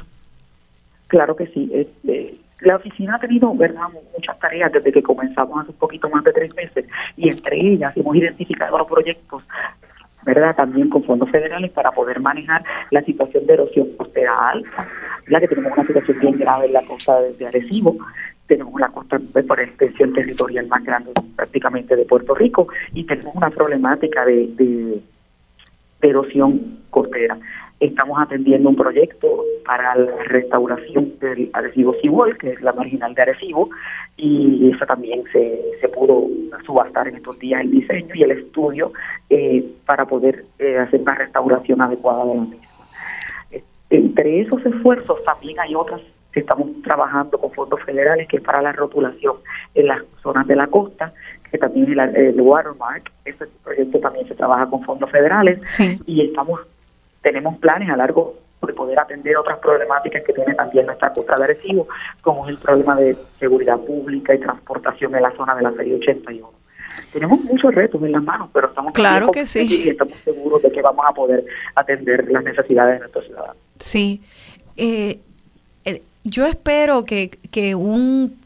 Claro que sí. Este, la oficina ha tenido, ¿verdad?, muchas tareas desde que comenzamos hace un poquito más de tres meses, y entre ellas hemos identificado los proyectos, ¿verdad?, también con fondos federales para poder manejar la situación de erosión costera alta, ¿verdad?, que tenemos una situación bien grave en la costa de, de Arecibo. Tenemos la costa por extensión territorial más grande prácticamente de Puerto Rico, y tenemos una problemática de, de, de erosión costera. Estamos atendiendo un proyecto para la restauración del Arecibo Seawall, que es la marginal de Arecibo, y eso también se, se pudo subastar en estos días el diseño y el estudio eh, para poder eh, hacer una restauración adecuada de la misma. Eh, entre esos esfuerzos también hay otras que estamos trabajando con fondos federales, que es para la rotulación en las zonas de la costa, que también es el, el Watermark. Ese proyecto también se trabaja con fondos federales, sí. y estamos tenemos planes a largo de poder atender otras problemáticas que tiene también nuestra costa de Arecibo, como es el problema de seguridad pública y transportación en la zona de la serie ochenta y uno. Tenemos muchos retos en las manos, pero estamos claro que sí. y estamos seguros de que vamos a poder atender las necesidades de nuestros ciudadanos. Sí. Eh, eh, yo espero que, que un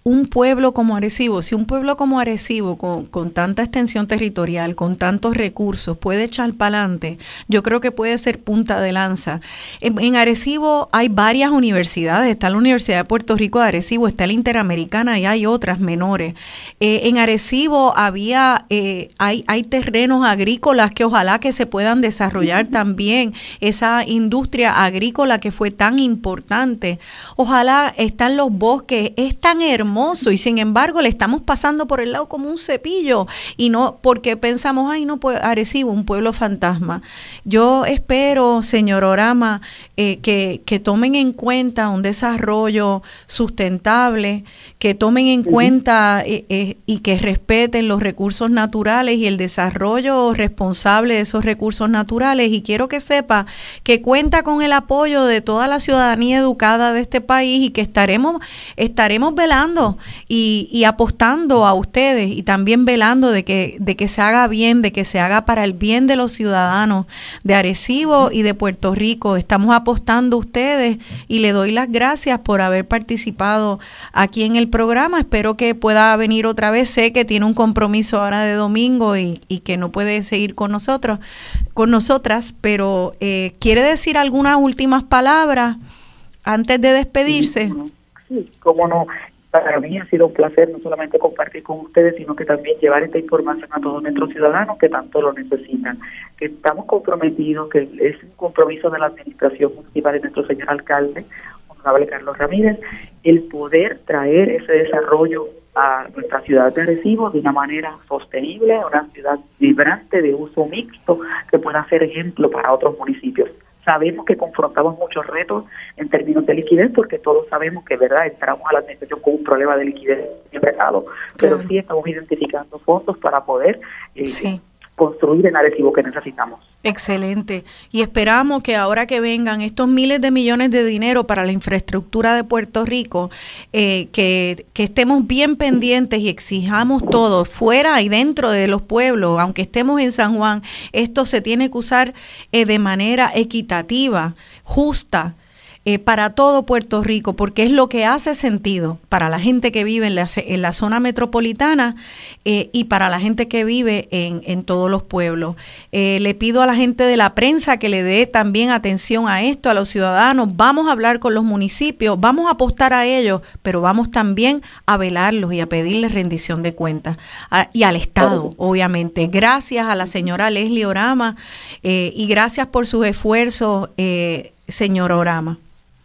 un pueblo como Arecibo, si un pueblo como Arecibo, con, con tanta extensión territorial, con tantos recursos, puede echar para adelante, yo creo que puede ser punta de lanza. En, en Arecibo hay varias universidades, está la Universidad de Puerto Rico de Arecibo, está la Interamericana y hay otras menores. Eh, en Arecibo había, eh, hay, hay terrenos agrícolas que ojalá que se puedan desarrollar también, esa industria agrícola que fue tan importante. Ojalá están los bosques, es tan hermoso. Hermoso, y sin embargo le estamos pasando por el lado como un cepillo y no porque pensamos, ay no, pues Arecibo, un pueblo fantasma. Yo espero, señor Orama, eh, que, que tomen en cuenta un desarrollo sustentable, que tomen en uh-huh. cuenta eh, eh, y que respeten los recursos naturales y el desarrollo responsable de esos recursos naturales, y quiero que sepa que cuenta con el apoyo de toda la ciudadanía educada de este país y que estaremos, estaremos velando Y, y apostando a ustedes y también velando de que, de que se haga bien, de que se haga para el bien de los ciudadanos de Arecibo y de Puerto Rico. Estamos apostando a ustedes y le doy las gracias por haber participado aquí en el programa. Espero que pueda venir otra vez. Sé que tiene un compromiso ahora de domingo y, y que no puede seguir con nosotros, con nosotras, pero eh, ¿quiere decir algunas últimas palabras antes de despedirse? Sí, cómo no. Para mí ha sido un placer no solamente compartir con ustedes, sino que también llevar esta información a todos nuestros ciudadanos que tanto lo necesitan. Que estamos comprometidos, que es un compromiso de la administración municipal de nuestro señor alcalde, honorable Carlos Ramírez, el poder traer ese desarrollo a nuestra ciudad de Arecibo de una manera sostenible, una ciudad vibrante de uso mixto que pueda ser ejemplo para otros municipios. Sabemos que confrontamos muchos retos en términos de liquidez, porque todos sabemos que, verdad, entramos a la administración con un problema de liquidez en el mercado, pero claro, sí estamos identificando fondos para poder eh, sí. construir en Arecibo que necesitamos. Excelente. Y esperamos que ahora que vengan estos miles de millones de dinero para la infraestructura de Puerto Rico, eh, que, que estemos bien pendientes y exijamos todo, fuera y dentro de los pueblos, aunque estemos en San Juan, esto se tiene que usar eh, de manera equitativa, justa, Eh, para todo Puerto Rico, porque es lo que hace sentido para la gente que vive en la, en la zona metropolitana eh, y para la gente que vive en, en todos los pueblos. Eh, le pido a la gente de la prensa que le dé también atención a esto, a los ciudadanos. Vamos a hablar con los municipios, vamos a apostar a ellos, pero vamos también a velarlos y a pedirles rendición de cuentas. A, y al Estado, obviamente. Gracias a la señora Leslie Orama eh, y gracias por sus esfuerzos, eh, señor Orama.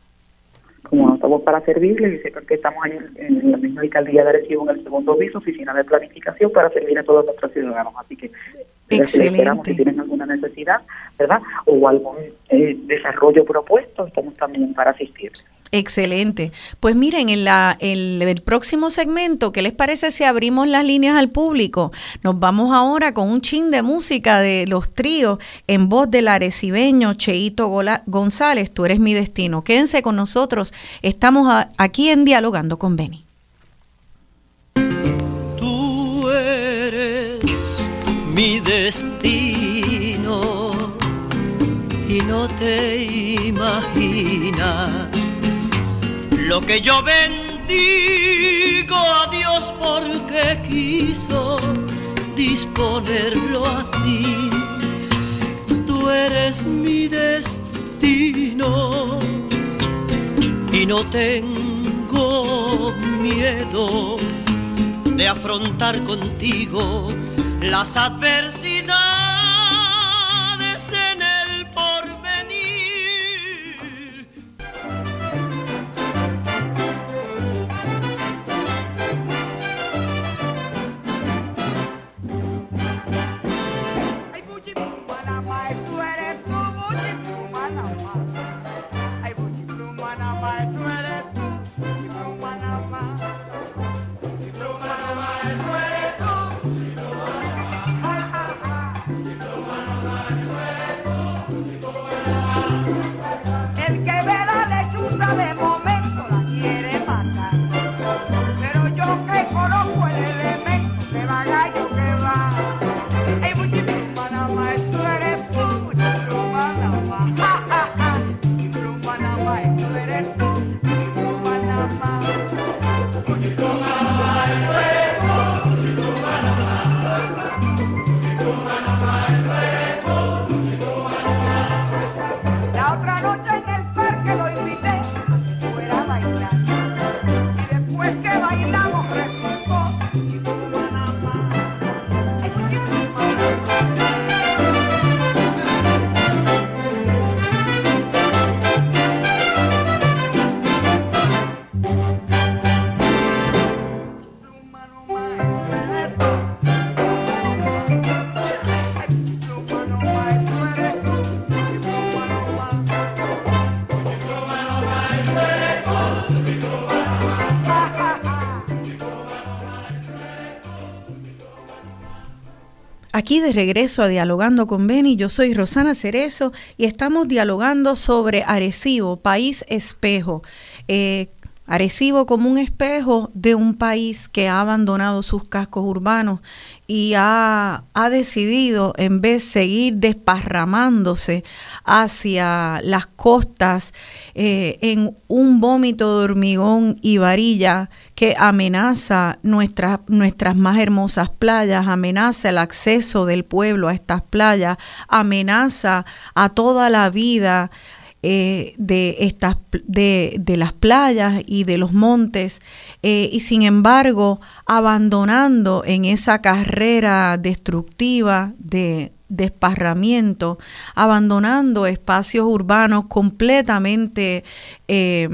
Como estamos para servirles, y sepan que estamos ahí en, en la misma alcaldía de Arecibo, en el segundo piso, oficina de planificación, para servir a todos nuestros ciudadanos. Así que excelente. Esperamos que tienen alguna necesidad, ¿verdad? O algún eh, desarrollo propuesto, estamos también para asistir. Excelente. Pues miren, en la, el, el próximo segmento, ¿qué les parece si abrimos las líneas al público? Nos vamos ahora con un chin de música de los tríos en voz del arecibeño Cheito Gola, González, Tú eres mi destino. Quédense con nosotros, estamos a, aquí en Dialogando con Beni. Tú eres mi destino y no te imaginas lo que yo bendigo a Dios porque quiso disponerlo así. Tú eres mi destino y no tengo miedo de afrontar contigo las adversidades en el porvenir. Ay, Buchipluma, eso eres tú, Buchipluma, nada más. Ay, Buchipluma, nada más, eso eres tú, Buchipluma, nada más. Buchipluma, nada más, eso eres tú, Buchipluma, nada más. Buchipluma, nada más, eso eres tú, Buchipluma, nada más. El que ve la lechuza de momento la quiere matar, pero yo que conozco el elemento que va gallo que va. Ay, Buchipluma, nada más, eso eres tú, Buchipluma, nada más. Buchipluma, nada más, eso eres tú, Buchipluma, nada más. Buchipluma, aquí de regreso a Dialogando con Beni. Yo soy Rosana Cerezo y estamos dialogando sobre Arecibo, país espejo. Eh, Arecibo como un espejo de un país que ha abandonado sus cascos urbanos y ha, ha decidido, en vez de seguir desparramándose hacia las costas eh, en un vómito de hormigón y varilla que amenaza nuestras, nuestras más hermosas playas, amenaza el acceso del pueblo a estas playas, amenaza a toda la vida Eh, de estas de, de las playas y de los montes, eh, y sin embargo abandonando en esa carrera destructiva de desparramiento, abandonando espacios urbanos completamente eh,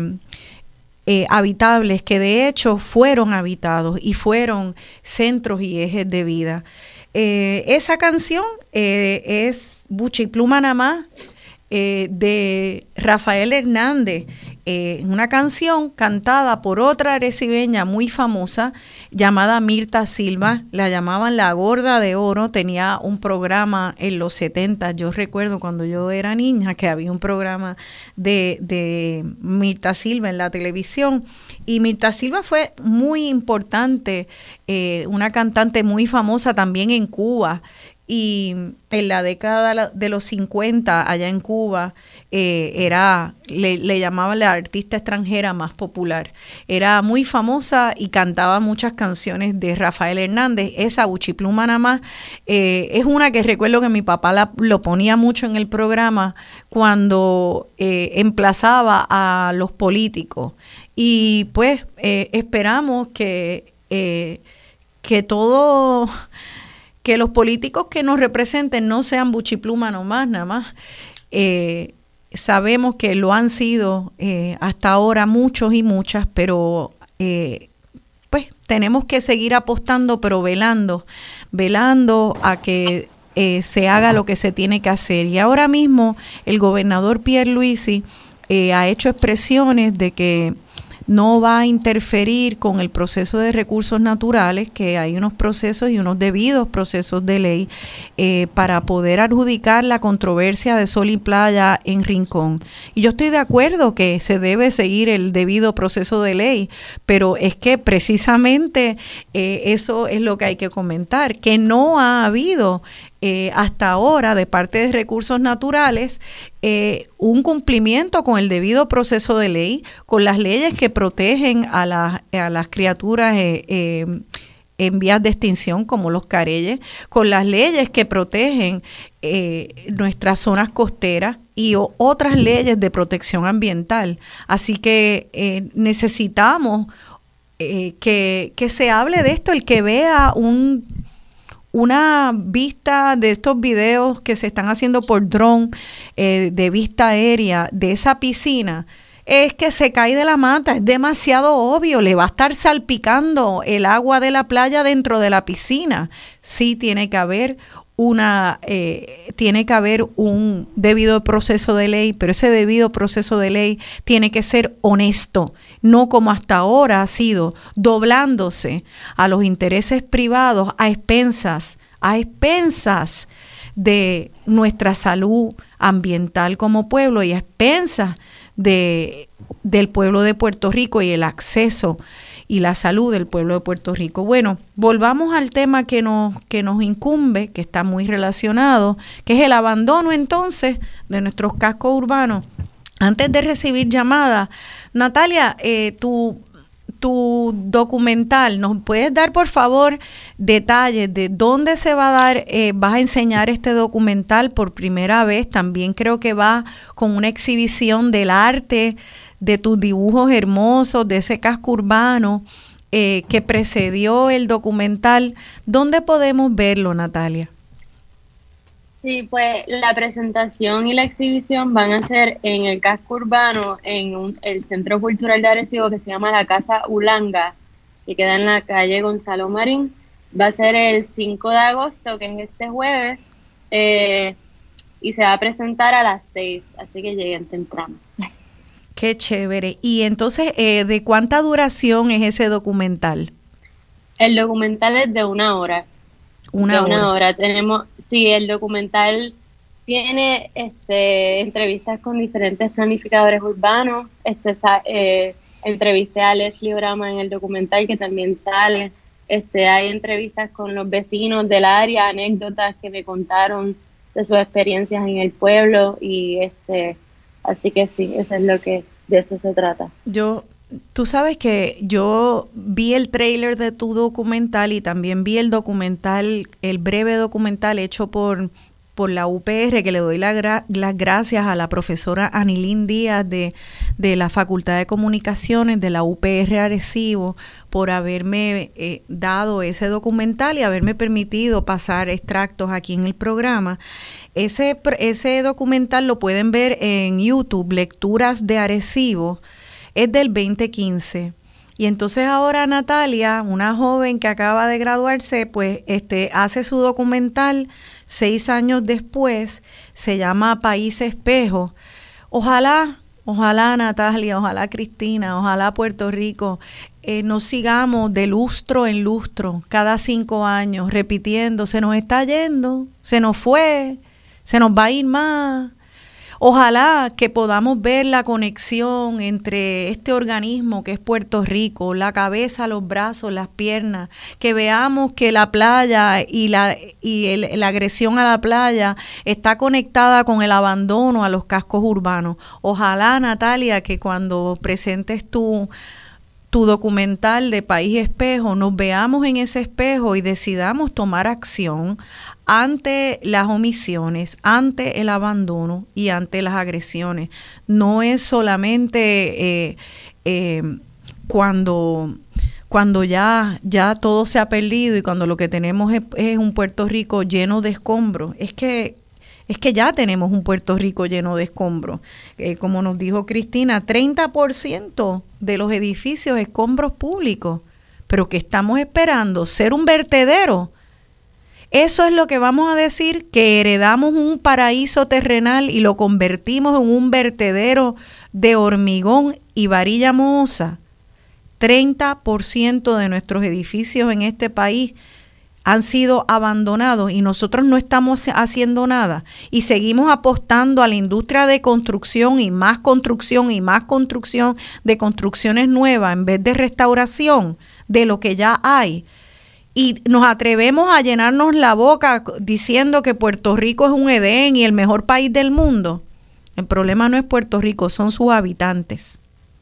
eh, habitables, que de hecho fueron habitados y fueron centros y ejes de vida. Eh, esa canción eh, es Buche y Pluma nada más, Eh, de Rafael Hernández, eh, una canción cantada por otra arecibeña muy famosa llamada Mirta Silva. La llamaban La Gorda de Oro, tenía un programa en los setenta. Yo recuerdo cuando yo era niña que había un programa de, de Mirta Silva en la televisión, y Mirta Silva fue muy importante, eh, una cantante muy famosa también en Cuba. Y en la década de los cincuenta, allá en Cuba, eh, era le, le llamaban la artista extranjera más popular. Era muy famosa y cantaba muchas canciones de Rafael Hernández. Esa Buchipluma nada más eh, es una que recuerdo que mi papá la, lo ponía mucho en el programa cuando eh, emplazaba a los políticos. Y pues eh, esperamos que, eh, que todo... que los políticos que nos representen no sean buchipluma nomás, nada más. Eh, sabemos que lo han sido eh, hasta ahora muchos y muchas, pero eh, pues tenemos que seguir apostando, pero velando, velando a que eh, se haga lo que se tiene que hacer. Y ahora mismo el gobernador Pierluisi eh, ha hecho expresiones de que no va a interferir con el proceso de recursos naturales, que hay unos procesos y unos debidos procesos de ley eh, para poder adjudicar la controversia de Sol y Playa en Rincón. Y yo estoy de acuerdo que se debe seguir el debido proceso de ley, pero es que precisamente eh, eso es lo que hay que comentar, que no ha habido Eh, hasta ahora de parte de Recursos Naturales eh, un cumplimiento con el debido proceso de ley, con las leyes que protegen a, la, a las criaturas eh, eh, en vías de extinción como los careyes, con las leyes que protegen eh, nuestras zonas costeras y o, otras leyes de protección ambiental. Así que eh, necesitamos eh, que, que se hable de esto, el que vea un una vista de estos videos que se están haciendo por dron, eh, de vista aérea de esa piscina, es que se cae de la mata, es demasiado obvio, le va a estar salpicando el agua de la playa dentro de la piscina. Sí tiene que haber una, eh, tiene que haber un debido proceso de ley, pero ese debido proceso de ley tiene que ser honesto, no como hasta ahora ha sido, doblándose a los intereses privados a expensas, a expensas de nuestra salud ambiental como pueblo y a expensas de, del pueblo de Puerto Rico y el acceso y la salud del pueblo de Puerto Rico. Bueno, volvamos al tema que nos, que nos incumbe, que está muy relacionado, que es el abandono entonces de nuestros cascos urbanos. Antes de recibir llamadas, Natalia, eh, tu, tu documental, ¿nos puedes dar por favor detalles de dónde se va a dar, eh, vas a enseñar este documental por primera vez? También creo que va con una exhibición del arte, de tus dibujos hermosos, de ese casco urbano eh, que precedió el documental. ¿Dónde podemos verlo, Natalia? Sí, pues la presentación y la exhibición van a ser en el casco urbano, en un, el Centro Cultural de Arecibo, que se llama la Casa Ulanga, que queda en la calle Gonzalo Marín. Va a ser el cinco de agosto, que es este jueves, eh, y se va a presentar a las seis, así que lleguen temprano. Qué chévere. Y entonces, eh, ¿de cuánta duración es ese documental? El documental es de una hora. Una, de una hora. hora. Tenemos, sí, el documental tiene este, entrevistas con diferentes planificadores urbanos. Este, eh, entrevisté a Leslie Brama en el documental, que también sale. Este, hay entrevistas con los vecinos del área, anécdotas que me contaron de sus experiencias en el pueblo, y este, así que sí, eso es lo que, de eso se trata. Yo, tú sabes que yo vi el tráiler de tu documental y también vi el documental, el breve documental hecho por, por la U P R, que le doy la gra- las gracias a la profesora Anilín Díaz de, de la Facultad de Comunicaciones de la U P R Arecibo, por haberme eh, dado ese documental y haberme permitido pasar extractos aquí en el programa. Ese, ese documental lo pueden ver en YouTube, Lecturas de Arecibo, es del veinte quince. Y entonces ahora Natalia, una joven que acaba de graduarse, pues este hace su documental seis años después, se llama País Espejo. Ojalá, ojalá Natalia, ojalá Cristina, ojalá Puerto Rico, eh, nos sigamos de lustro en lustro, cada cinco años, repitiendo, se nos está yendo, se nos fue, se nos va a ir más. Ojalá que podamos ver la conexión entre este organismo que es Puerto Rico, la cabeza, los brazos, las piernas, que veamos que la playa y la y el, la agresión a la playa está conectada con el abandono a los cascos urbanos. Ojalá, Natalia, que cuando presentes tu tu documental de País Espejo, nos veamos en ese espejo y decidamos tomar acción ante las omisiones, ante el abandono y ante las agresiones. No es solamente eh, eh, cuando, cuando ya, ya todo se ha perdido y cuando lo que tenemos es, es un Puerto Rico lleno de escombros. Es que Es que ya tenemos un Puerto Rico lleno de escombros. Eh, como nos dijo Cristina, treinta por ciento de los edificios escombros públicos. Pero ¿qué estamos esperando? ¿Ser un vertedero? Eso es lo que vamos a decir, que heredamos un paraíso terrenal y lo convertimos en un vertedero de hormigón y varilla mohosa. treinta por ciento de nuestros edificios en este país han sido abandonados y nosotros no estamos haciendo nada y seguimos apostando a la industria de construcción y más construcción y más construcción de construcciones nuevas en vez de restauración de lo que ya hay. Y nos atrevemos a llenarnos la boca diciendo que Puerto Rico es un Edén y el mejor país del mundo. El problema no es Puerto Rico, son sus habitantes.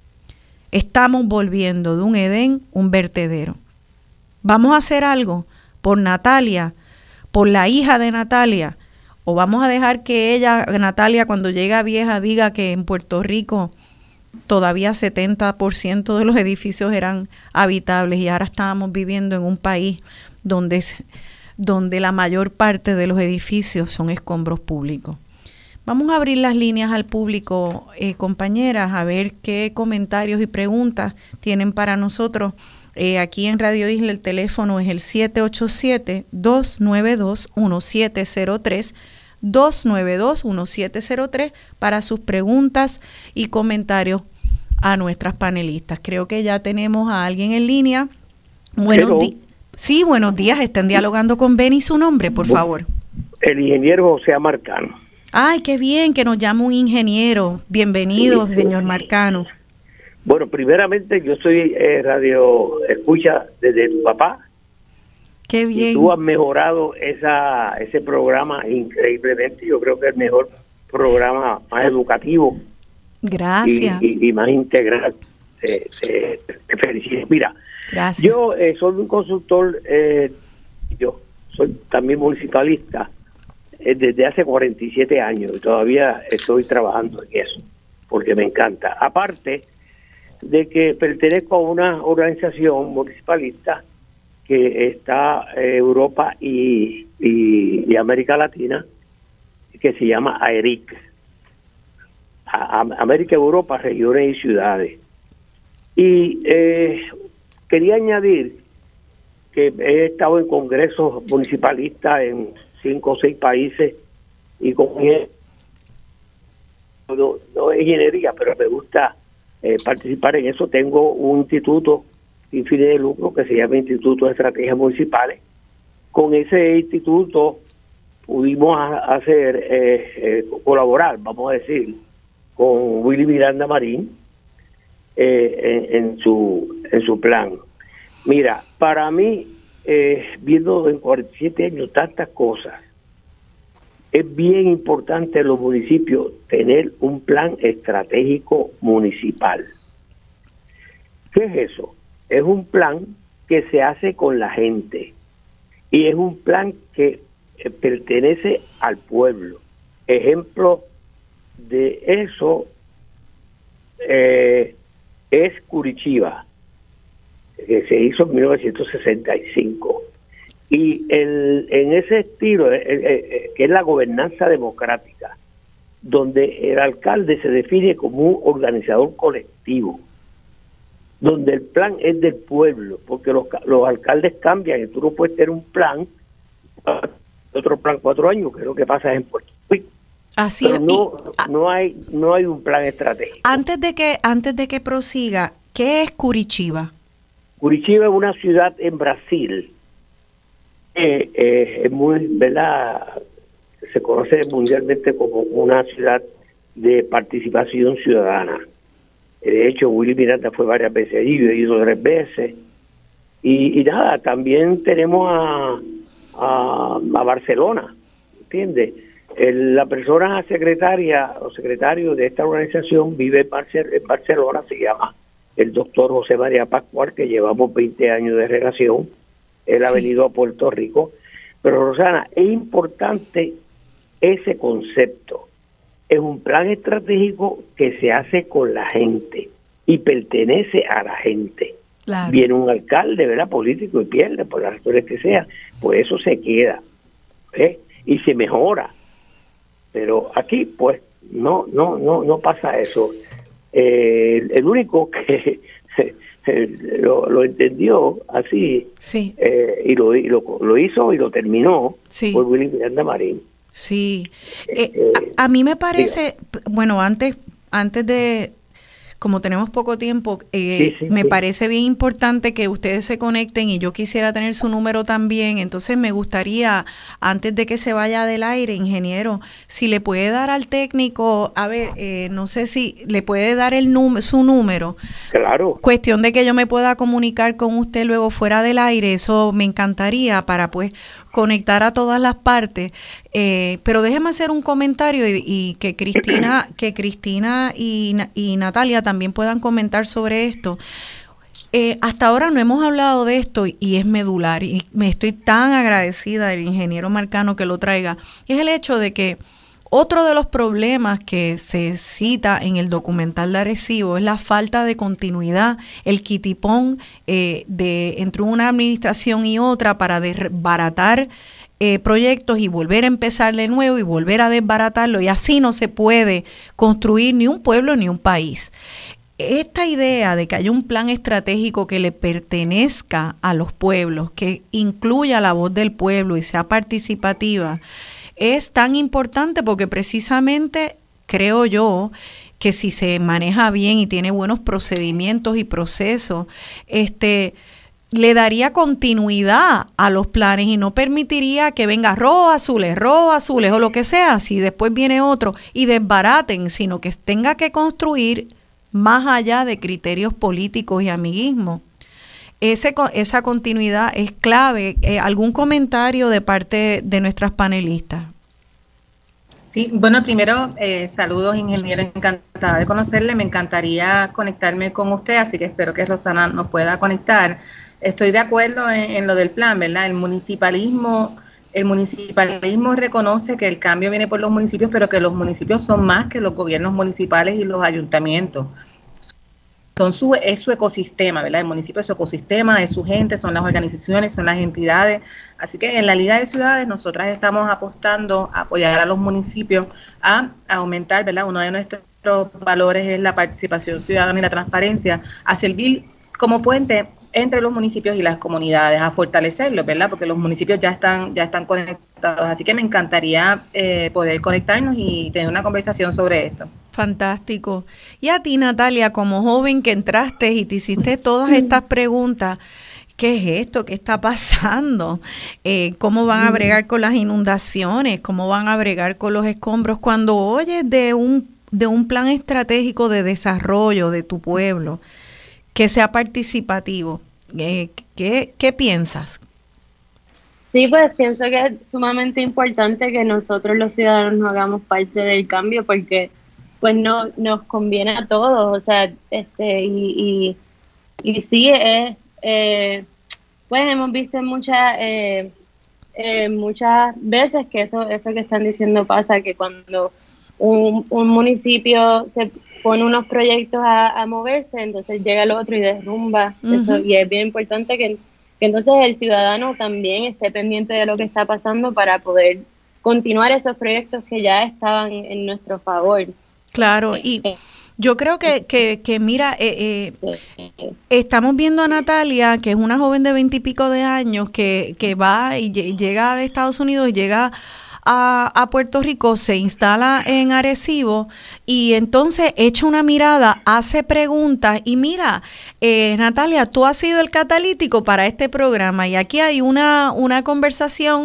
Estamos volviendo de un Edén un vertedero. Vamos a hacer algo por Natalia, por la hija de Natalia, o vamos a dejar que ella, Natalia, cuando llegue a vieja, diga que en Puerto Rico todavía setenta por ciento de los edificios eran habitables y ahora estábamos viviendo en un país donde, donde la mayor parte de los edificios son escombros públicos. Vamos a abrir las líneas al público, eh, compañeras, a ver qué comentarios y preguntas tienen para nosotros. Eh, aquí en Radio Isla el teléfono es el siete ocho siete, dos nueve dos, uno siete cero tres, dos nueve dos, uno siete cero tres para sus preguntas y comentarios a nuestras panelistas. Creo que ya tenemos a alguien en línea. Buenos días. Sí, buenos días. Estén dialogando con Benny. Su nombre, por Bu- favor. El ingeniero José Marcano. Ay, qué bien que nos llama un ingeniero. Bienvenido, sí, señor Marcano. Bueno, primeramente yo soy eh, radio escucha desde tu papá. Qué bien. Y tú has mejorado esa ese programa increíblemente. Yo creo que es el mejor programa, más educativo. Gracias. Y, y, y más integral. Eh, eh, te felicito. Mira, gracias. Yo eh, soy un consultor, eh, yo soy también municipalista eh, desde hace cuarenta y siete años y todavía estoy trabajando en eso porque me encanta. Aparte de que pertenezco a una organización municipalista que está en Europa y, y, y América Latina, que se llama A E R I C, a, a América, Europa, Regiones y Ciudades. Y eh, quería añadir que he estado en congresos municipalistas en cinco o seis países y con no, no es ingeniería, pero me gusta Eh, participar en eso. Tengo un instituto sin fines de lucro que se llama Instituto de Estrategias Municipales con ese instituto pudimos a, hacer, eh, eh, colaborar, vamos a decir, con Willy Miranda Marín eh, en, en su en su plan. Mira, para mí, eh, viendo en cuarenta y siete años tantas cosas, es bien importante en los municipios tener un plan estratégico municipal. ¿Qué es eso? Es un plan que se hace con la gente y es un plan que eh, pertenece al pueblo. Ejemplo de eso eh, es Curitiba, que se hizo en mil novecientos sesenta y cinco. Y el, en ese estilo, eh, eh, que es la gobernanza democrática, donde el alcalde se define como un organizador colectivo, donde el plan es del pueblo, porque los, los alcaldes cambian y tú no puedes tener un plan, otro plan cuatro años, que es lo que pasa en Puerto Rico. Así Pero es. no, Y, no hay no hay un plan estratégico. Antes de que antes de que prosiga, ¿qué es Curitiba? Curitiba es una ciudad en Brasil. Eh, eh, es muy, ¿verdad? Se conoce mundialmente como una ciudad de participación ciudadana. De hecho, Willy Miranda fue varias veces allí, yo he ido tres veces. Y, y nada, también tenemos a, a, a Barcelona, ¿entiendes? El, la persona secretaria o secretario de esta organización vive en, Barce- en Barcelona, se llama el doctor José María Pascual, que llevamos veinte años de relación. Él sí ha venido a Puerto Rico. Pero, Rosana, es importante ese concepto. Es un plan estratégico que se hace con la gente y pertenece a la gente. Claro. Viene un alcalde, ¿verdad?, político y pierde por las razones que sean, pues eso se queda, ¿eh? Y se mejora. Pero aquí, pues, no, no, no, no pasa eso. Eh, el único que lo, lo entendió así, sí, eh, y, lo, y lo, lo hizo y lo terminó, sí, fue Willy Miranda Marín. Sí, eh, eh, a, a mí me parece, diga. bueno, antes, antes de, como tenemos poco tiempo, eh, sí, sí, me sí. parece bien importante que ustedes se conecten y yo quisiera tener su número también. Entonces me gustaría, antes de que se vaya del aire, ingeniero, si le puede dar al técnico, a ver, eh, no sé si le puede dar el num- su número. Claro. Cuestión de que yo me pueda comunicar con usted luego fuera del aire, eso me encantaría para pues conectar a todas las partes. Eh, pero déjeme hacer un comentario y, y que Cristina, que Cristina y, y Natalia también puedan comentar sobre esto. Eh, hasta ahora no hemos hablado de esto y es medular y me estoy tan agradecida del ingeniero Marcano que lo traiga. Es el hecho de que otro de los problemas que se cita en el documental de Arecibo es la falta de continuidad, el quitipón eh, de entre una administración y otra para desbaratar eh, proyectos y volver a empezar de nuevo y volver a desbaratarlo, y así no se puede construir ni un pueblo ni un país. Esta idea de que haya un plan estratégico que le pertenezca a los pueblos, que incluya la voz del pueblo y sea participativa, es tan importante porque precisamente creo yo que si se maneja bien y tiene buenos procedimientos y procesos, este, le daría continuidad a los planes y no permitiría que venga rojo azules, rojo azules o lo que sea, si después viene otro y desbaraten, sino que tenga que construir más allá de criterios políticos y amiguismo. Ese, esa continuidad es clave. Eh, ¿Algún comentario de parte de nuestras panelistas? Sí, bueno, primero, eh, saludos, ingeniero, encantada de conocerle. Me encantaría conectarme con usted, así que espero que Rosana nos pueda conectar. Estoy de acuerdo en, en lo del plan, ¿verdad? El municipalismo, el municipalismo reconoce que el cambio viene por los municipios, pero que los municipios son más que los gobiernos municipales y los ayuntamientos. Son su, es su ecosistema, ¿verdad? El municipio es su ecosistema, es su gente, son las organizaciones, son las entidades. Así que en la Liga de Ciudades nosotras estamos apostando a apoyar a los municipios a, a aumentar, ¿verdad? Uno de nuestros valores es la participación ciudadana y la transparencia, a servir como puente entre los municipios y las comunidades, a fortalecerlos, ¿verdad? Porque los municipios ya están ya están conectados. Así que me encantaría eh, poder conectarnos y tener una conversación sobre esto. Fantástico. Y a ti, Natalia, como joven que entraste y te hiciste todas estas preguntas, ¿qué es esto? ¿Qué está pasando? Eh, ¿Cómo van a bregar con las inundaciones? ¿Cómo van a bregar con los escombros? Cuando oyes de un, de un plan estratégico de desarrollo de tu pueblo, que sea participativo, eh, ¿qué, qué piensas? Sí, pues pienso que es sumamente importante que nosotros los ciudadanos nos hagamos parte del cambio, porque pues no nos conviene a todos, o sea, este y, y, y sí, es, eh, pues hemos visto muchas eh, eh, muchas veces que eso eso que están diciendo pasa, que cuando un, un municipio se pone unos proyectos a, a moverse, entonces llega el otro y derrumba. Uh-huh. Eso, y es bien importante que, que entonces el ciudadano también esté pendiente de lo que está pasando para poder continuar esos proyectos que ya estaban en nuestro favor. Claro, y yo creo que, que, que mira, eh, eh, estamos viendo a Natalia, que es una joven de veintipico de años, que, que va y llega de Estados Unidos y llega a, a Puerto Rico, se instala en Arecibo y entonces echa una mirada, hace preguntas y mira, eh, Natalia, tú has sido el catalítico para este programa y aquí hay una, una conversación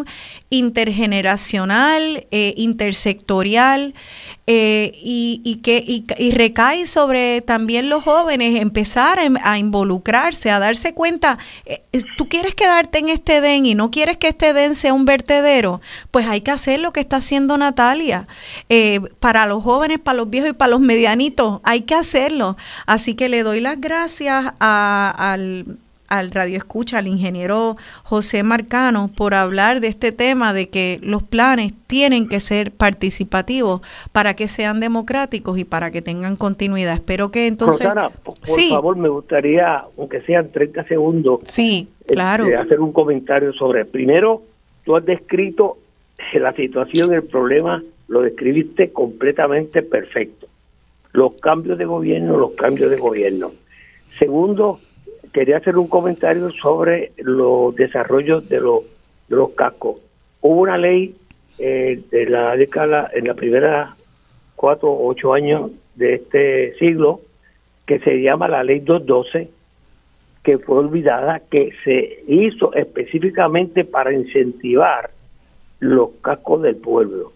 intergeneracional, eh, intersectorial, eh, y, y que y, y recae sobre también los jóvenes, empezar a, a involucrarse, a darse cuenta, eh, tú quieres quedarte en este Edén y no quieres que este Edén sea un vertedero, pues hay que hacer lo que está haciendo Natalia, eh, para los jóvenes, para los viejos y para los medianitos, hay que hacerlo. Así que le doy las gracias a, al al radio escucha, al ingeniero José Marcano, por hablar de este tema de que los planes tienen que ser participativos para que sean democráticos y para que tengan continuidad. Espero que entonces... Rosana, por, por sí. favor, me gustaría, aunque sean treinta segundos, sí, claro. este, hacer un comentario sobre... Primero, tú has descrito la situación, el problema, lo describiste completamente perfecto. Los cambios de gobierno, los cambios de gobierno. Segundo, quería hacer un comentario sobre los desarrollos de los, de los cascos. Hubo una ley eh, de la década, en la primera cuatro o ocho años de este siglo, que se llama la ley doscientos doce, que fue olvidada, que se hizo específicamente para incentivar los cascos del pueblo.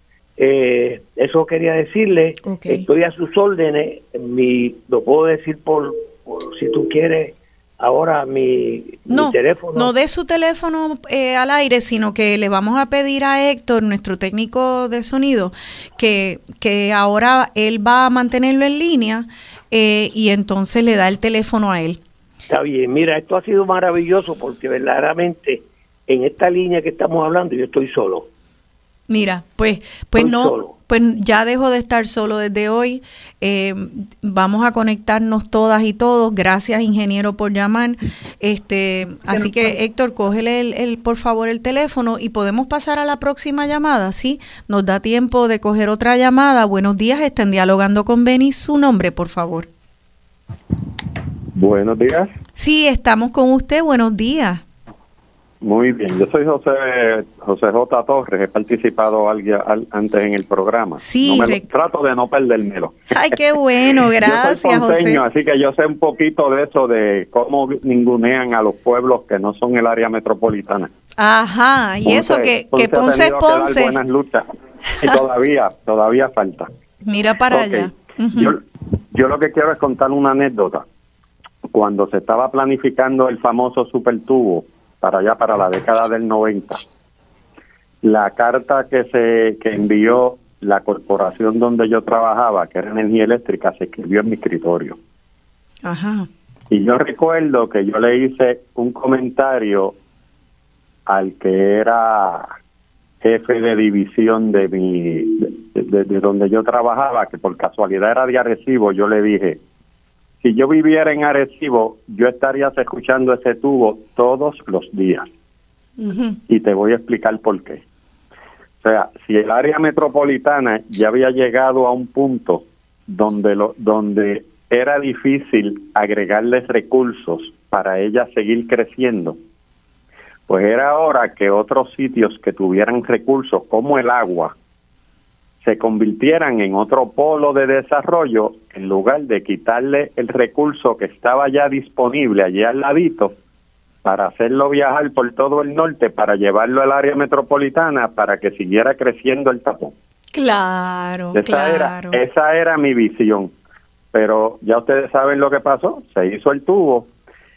Eh, eso quería decirle, okay. Estoy a sus órdenes, mi, lo puedo decir por, por si tú quieres. Ahora mi, no, mi teléfono... No dé su teléfono eh, al aire, sino que le vamos a pedir a Héctor, nuestro técnico de sonido, que, que ahora él va a mantenerlo en línea eh, y entonces le da el teléfono a él. Está bien, mira, esto ha sido maravilloso porque verdaderamente en esta línea que estamos hablando yo estoy solo. Mira, pues, pues estoy no... solo. Pues ya dejo de estar solo desde hoy. Eh, vamos a conectarnos todas y todos. Gracias, ingeniero, por llamar. Este, así que, Héctor, cógele el, el, por favor el teléfono y podemos pasar a la próxima llamada, ¿sí? Nos da tiempo de coger otra llamada. Buenos días, estén dialogando con Beni. Su nombre, por favor. Buenos días. Sí, estamos con usted. Buenos días. Muy bien, yo soy José José J. Torres, he participado alguien, al, antes en el programa. Sí, no me rec- lo, trato de no perdérmelo. Ay, qué bueno, gracias, yo soy ponceño, José. Así que yo sé un poquito de eso, de cómo ningunean a los pueblos que no son el área metropolitana. Ajá, y Ponce, eso que, Ponce que Ponce es Ponce. Buenas luchas, y todavía, todavía falta. Mira para okay. allá. Uh-huh. Yo, yo lo que quiero es contar una anécdota. Cuando se estaba planificando el famoso supertubo, para allá, para la década del noventa, la carta que se que envió la corporación donde yo trabajaba, que era Energía Eléctrica, se escribió en mi escritorio. Ajá. Y yo recuerdo que yo le hice un comentario al que era jefe de división de mi de, de, de donde yo trabajaba, que por casualidad era de Arecibo. Yo le dije: si yo viviera en Arecibo, yo estaría escuchando ese tubo todos los días. Uh-huh. Y te voy a explicar por qué. O sea, si el área metropolitana ya había llegado a un punto donde lo, donde era difícil agregarles recursos para ella seguir creciendo, pues era hora que otros sitios que tuvieran recursos, como el agua, se convirtieran en otro polo de desarrollo, en lugar de quitarle el recurso que estaba ya disponible allí al ladito para hacerlo viajar por todo el norte, para llevarlo al área metropolitana, para que siguiera creciendo el tapón. Claro, esa claro. Era, esa era mi visión, pero ya ustedes saben lo que pasó, se hizo el tubo,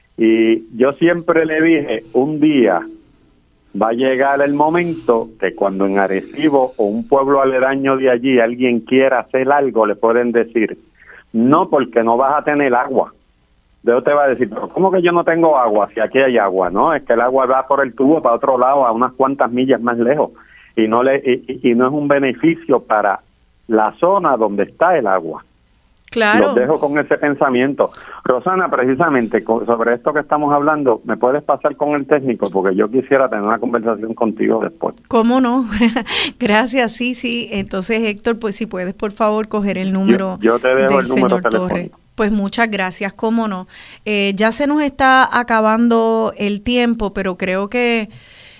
y yo siempre le dije, un día va a llegar el momento que cuando en Arecibo o un pueblo aledaño de allí alguien quiera hacer algo, le pueden decir, no, porque no vas a tener agua. Luego te va a decir, pero ¿cómo que yo no tengo agua si aquí hay agua? No, es que el agua va por el tubo para otro lado, a unas cuantas millas más lejos, y no le y, y no es un beneficio para la zona donde está el agua. Claro. Los dejo con ese pensamiento. Rosana, precisamente sobre esto que estamos hablando, ¿me puedes pasar con el técnico? Porque yo quisiera tener una conversación contigo después. ¿Cómo no? Gracias, sí, sí. Entonces, Héctor, pues si puedes, por favor, coger el número yo, yo te dejo del el número señor Torres. telefónico. Pues muchas gracias, cómo no. Eh, ya se nos está acabando el tiempo, pero creo que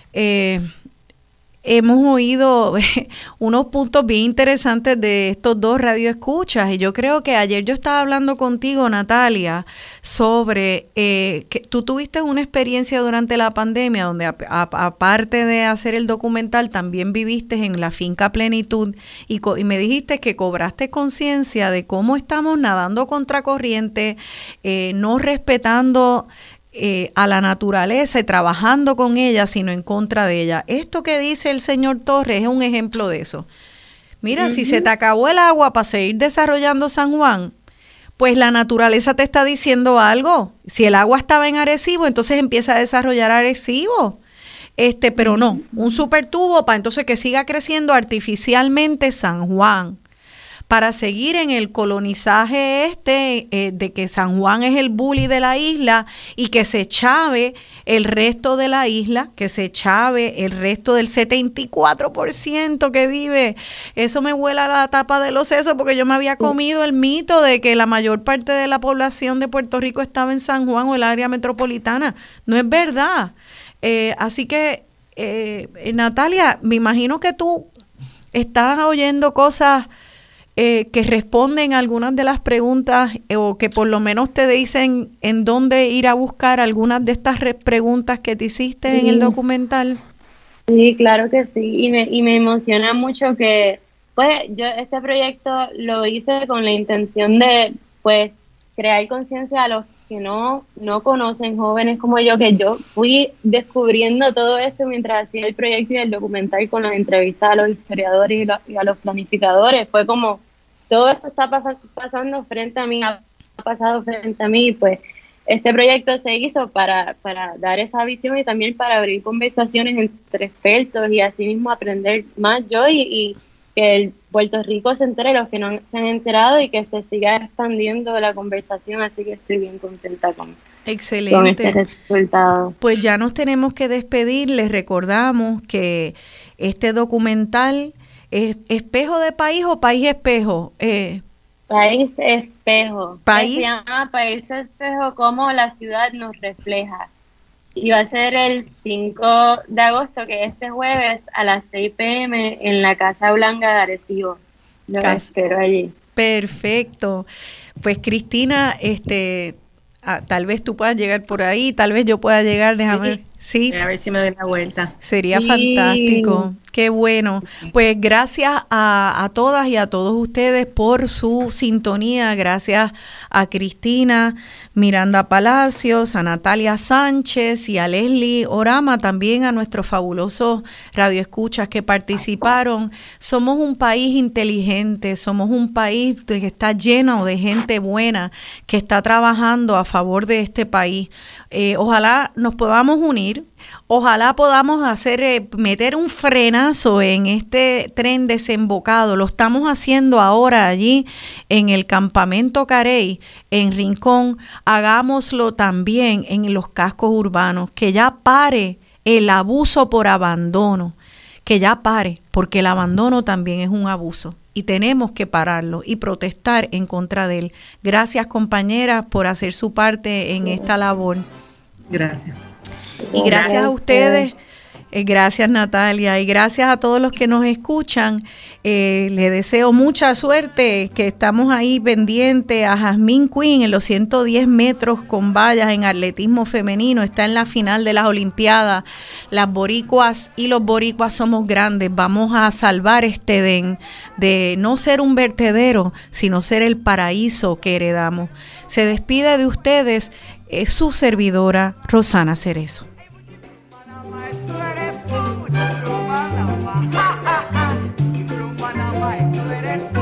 eh, hemos oído unos puntos bien interesantes de estos dos radioescuchas, y yo creo que ayer yo estaba hablando contigo, Natalia, sobre eh, que tú tuviste una experiencia durante la pandemia donde a, a, aparte de hacer el documental también viviste en la finca Plenitud y, co- y me dijiste que cobraste conciencia de cómo estamos nadando contracorriente, eh, no respetando Eh, a la naturaleza y trabajando con ella, sino en contra de ella. Esto que dice el señor Torres es un ejemplo de eso. Mira, uh-huh. si se te acabó el agua para seguir desarrollando San Juan, pues la naturaleza te está diciendo algo. Si el agua estaba en Arecibo, entonces empieza a desarrollar Arecibo. Este, pero no, un super tubo para entonces que siga creciendo artificialmente San Juan, para seguir en el colonizaje este eh, de que San Juan es el bully de la isla y que se chave el resto de la isla, que se chave el resto del setenta y cuatro por ciento que vive. Eso me huela la tapa de los sesos, porque yo me había comido el mito de que la mayor parte de la población de Puerto Rico estaba en San Juan o el área metropolitana. No es verdad. Eh, así que, eh, Natalia, me imagino que tú estás oyendo cosas Eh, que responden algunas de las preguntas eh, o que por lo menos te dicen en dónde ir a buscar algunas de estas re- preguntas que te hiciste sí. en el documental. Sí, claro que sí, y me, y me emociona mucho que pues yo este proyecto lo hice con la intención de pues crear conciencia a los que no, no conocen, jóvenes como yo, que yo fui descubriendo todo esto mientras hacía el proyecto y el documental con las entrevistas a los historiadores y, lo, y a los planificadores. Fue como, todo esto está pas- pasando frente a mí, ha pasado frente a mí, y pues este proyecto se hizo para, para dar esa visión y también para abrir conversaciones entre expertos y así mismo aprender más yo y, y que el Puerto Rico se entere, los que no se han enterado, y que se siga expandiendo la conversación, así que estoy bien contenta con, Excelente. con este resultado. Pues ya nos tenemos que despedir, les recordamos que este documental es Espejo de País o País Espejo. Eh, País Espejo. País. Se llama País Espejo, cómo la ciudad nos refleja. Y va a ser el cinco de agosto, que es este jueves a las seis p.m. en la Casa Blanca de Arecibo. Yo la espero allí. Perfecto. Pues Cristina, este, ah, tal vez tú puedas llegar por ahí, tal vez yo pueda llegar, déjame ver. Sí. A ver si me doy la vuelta. Sería sí. fantástico. Qué bueno. Pues gracias a, a todas y a todos ustedes por su sintonía. Gracias a Cristina Miranda Palacios, a Natalia Sánchez y a Leslie Orama, también a nuestros fabulosos radioescuchas que participaron. Somos un país inteligente, somos un país que está lleno de gente buena que está trabajando a favor de este país. Eh, ojalá nos podamos unir. Ojalá podamos hacer, eh, meter un frenazo en este tren desembocado. Lo estamos haciendo ahora allí en el campamento Carey, en Rincón. Hagámoslo también en los cascos urbanos. Que ya pare el abuso por abandono. Que ya pare, porque el abandono también es un abuso. Y tenemos que pararlo y protestar en contra de él. Gracias, compañeras, por hacer su parte en esta labor. Gracias. Y gracias a ustedes Eh, gracias, Natalia, y gracias a todos los que nos escuchan. Eh, le deseo mucha suerte, que estamos ahí pendientes a Jazmín Quinn en los ciento diez metros con vallas en atletismo femenino. Está en la final de las Olimpiadas. Las boricuas y los boricuas somos grandes. Vamos a salvar este Edén de no ser un vertedero, sino ser el paraíso que heredamos. Se despide de ustedes eh, su servidora, Rosana Cerezo. Eso eres tú.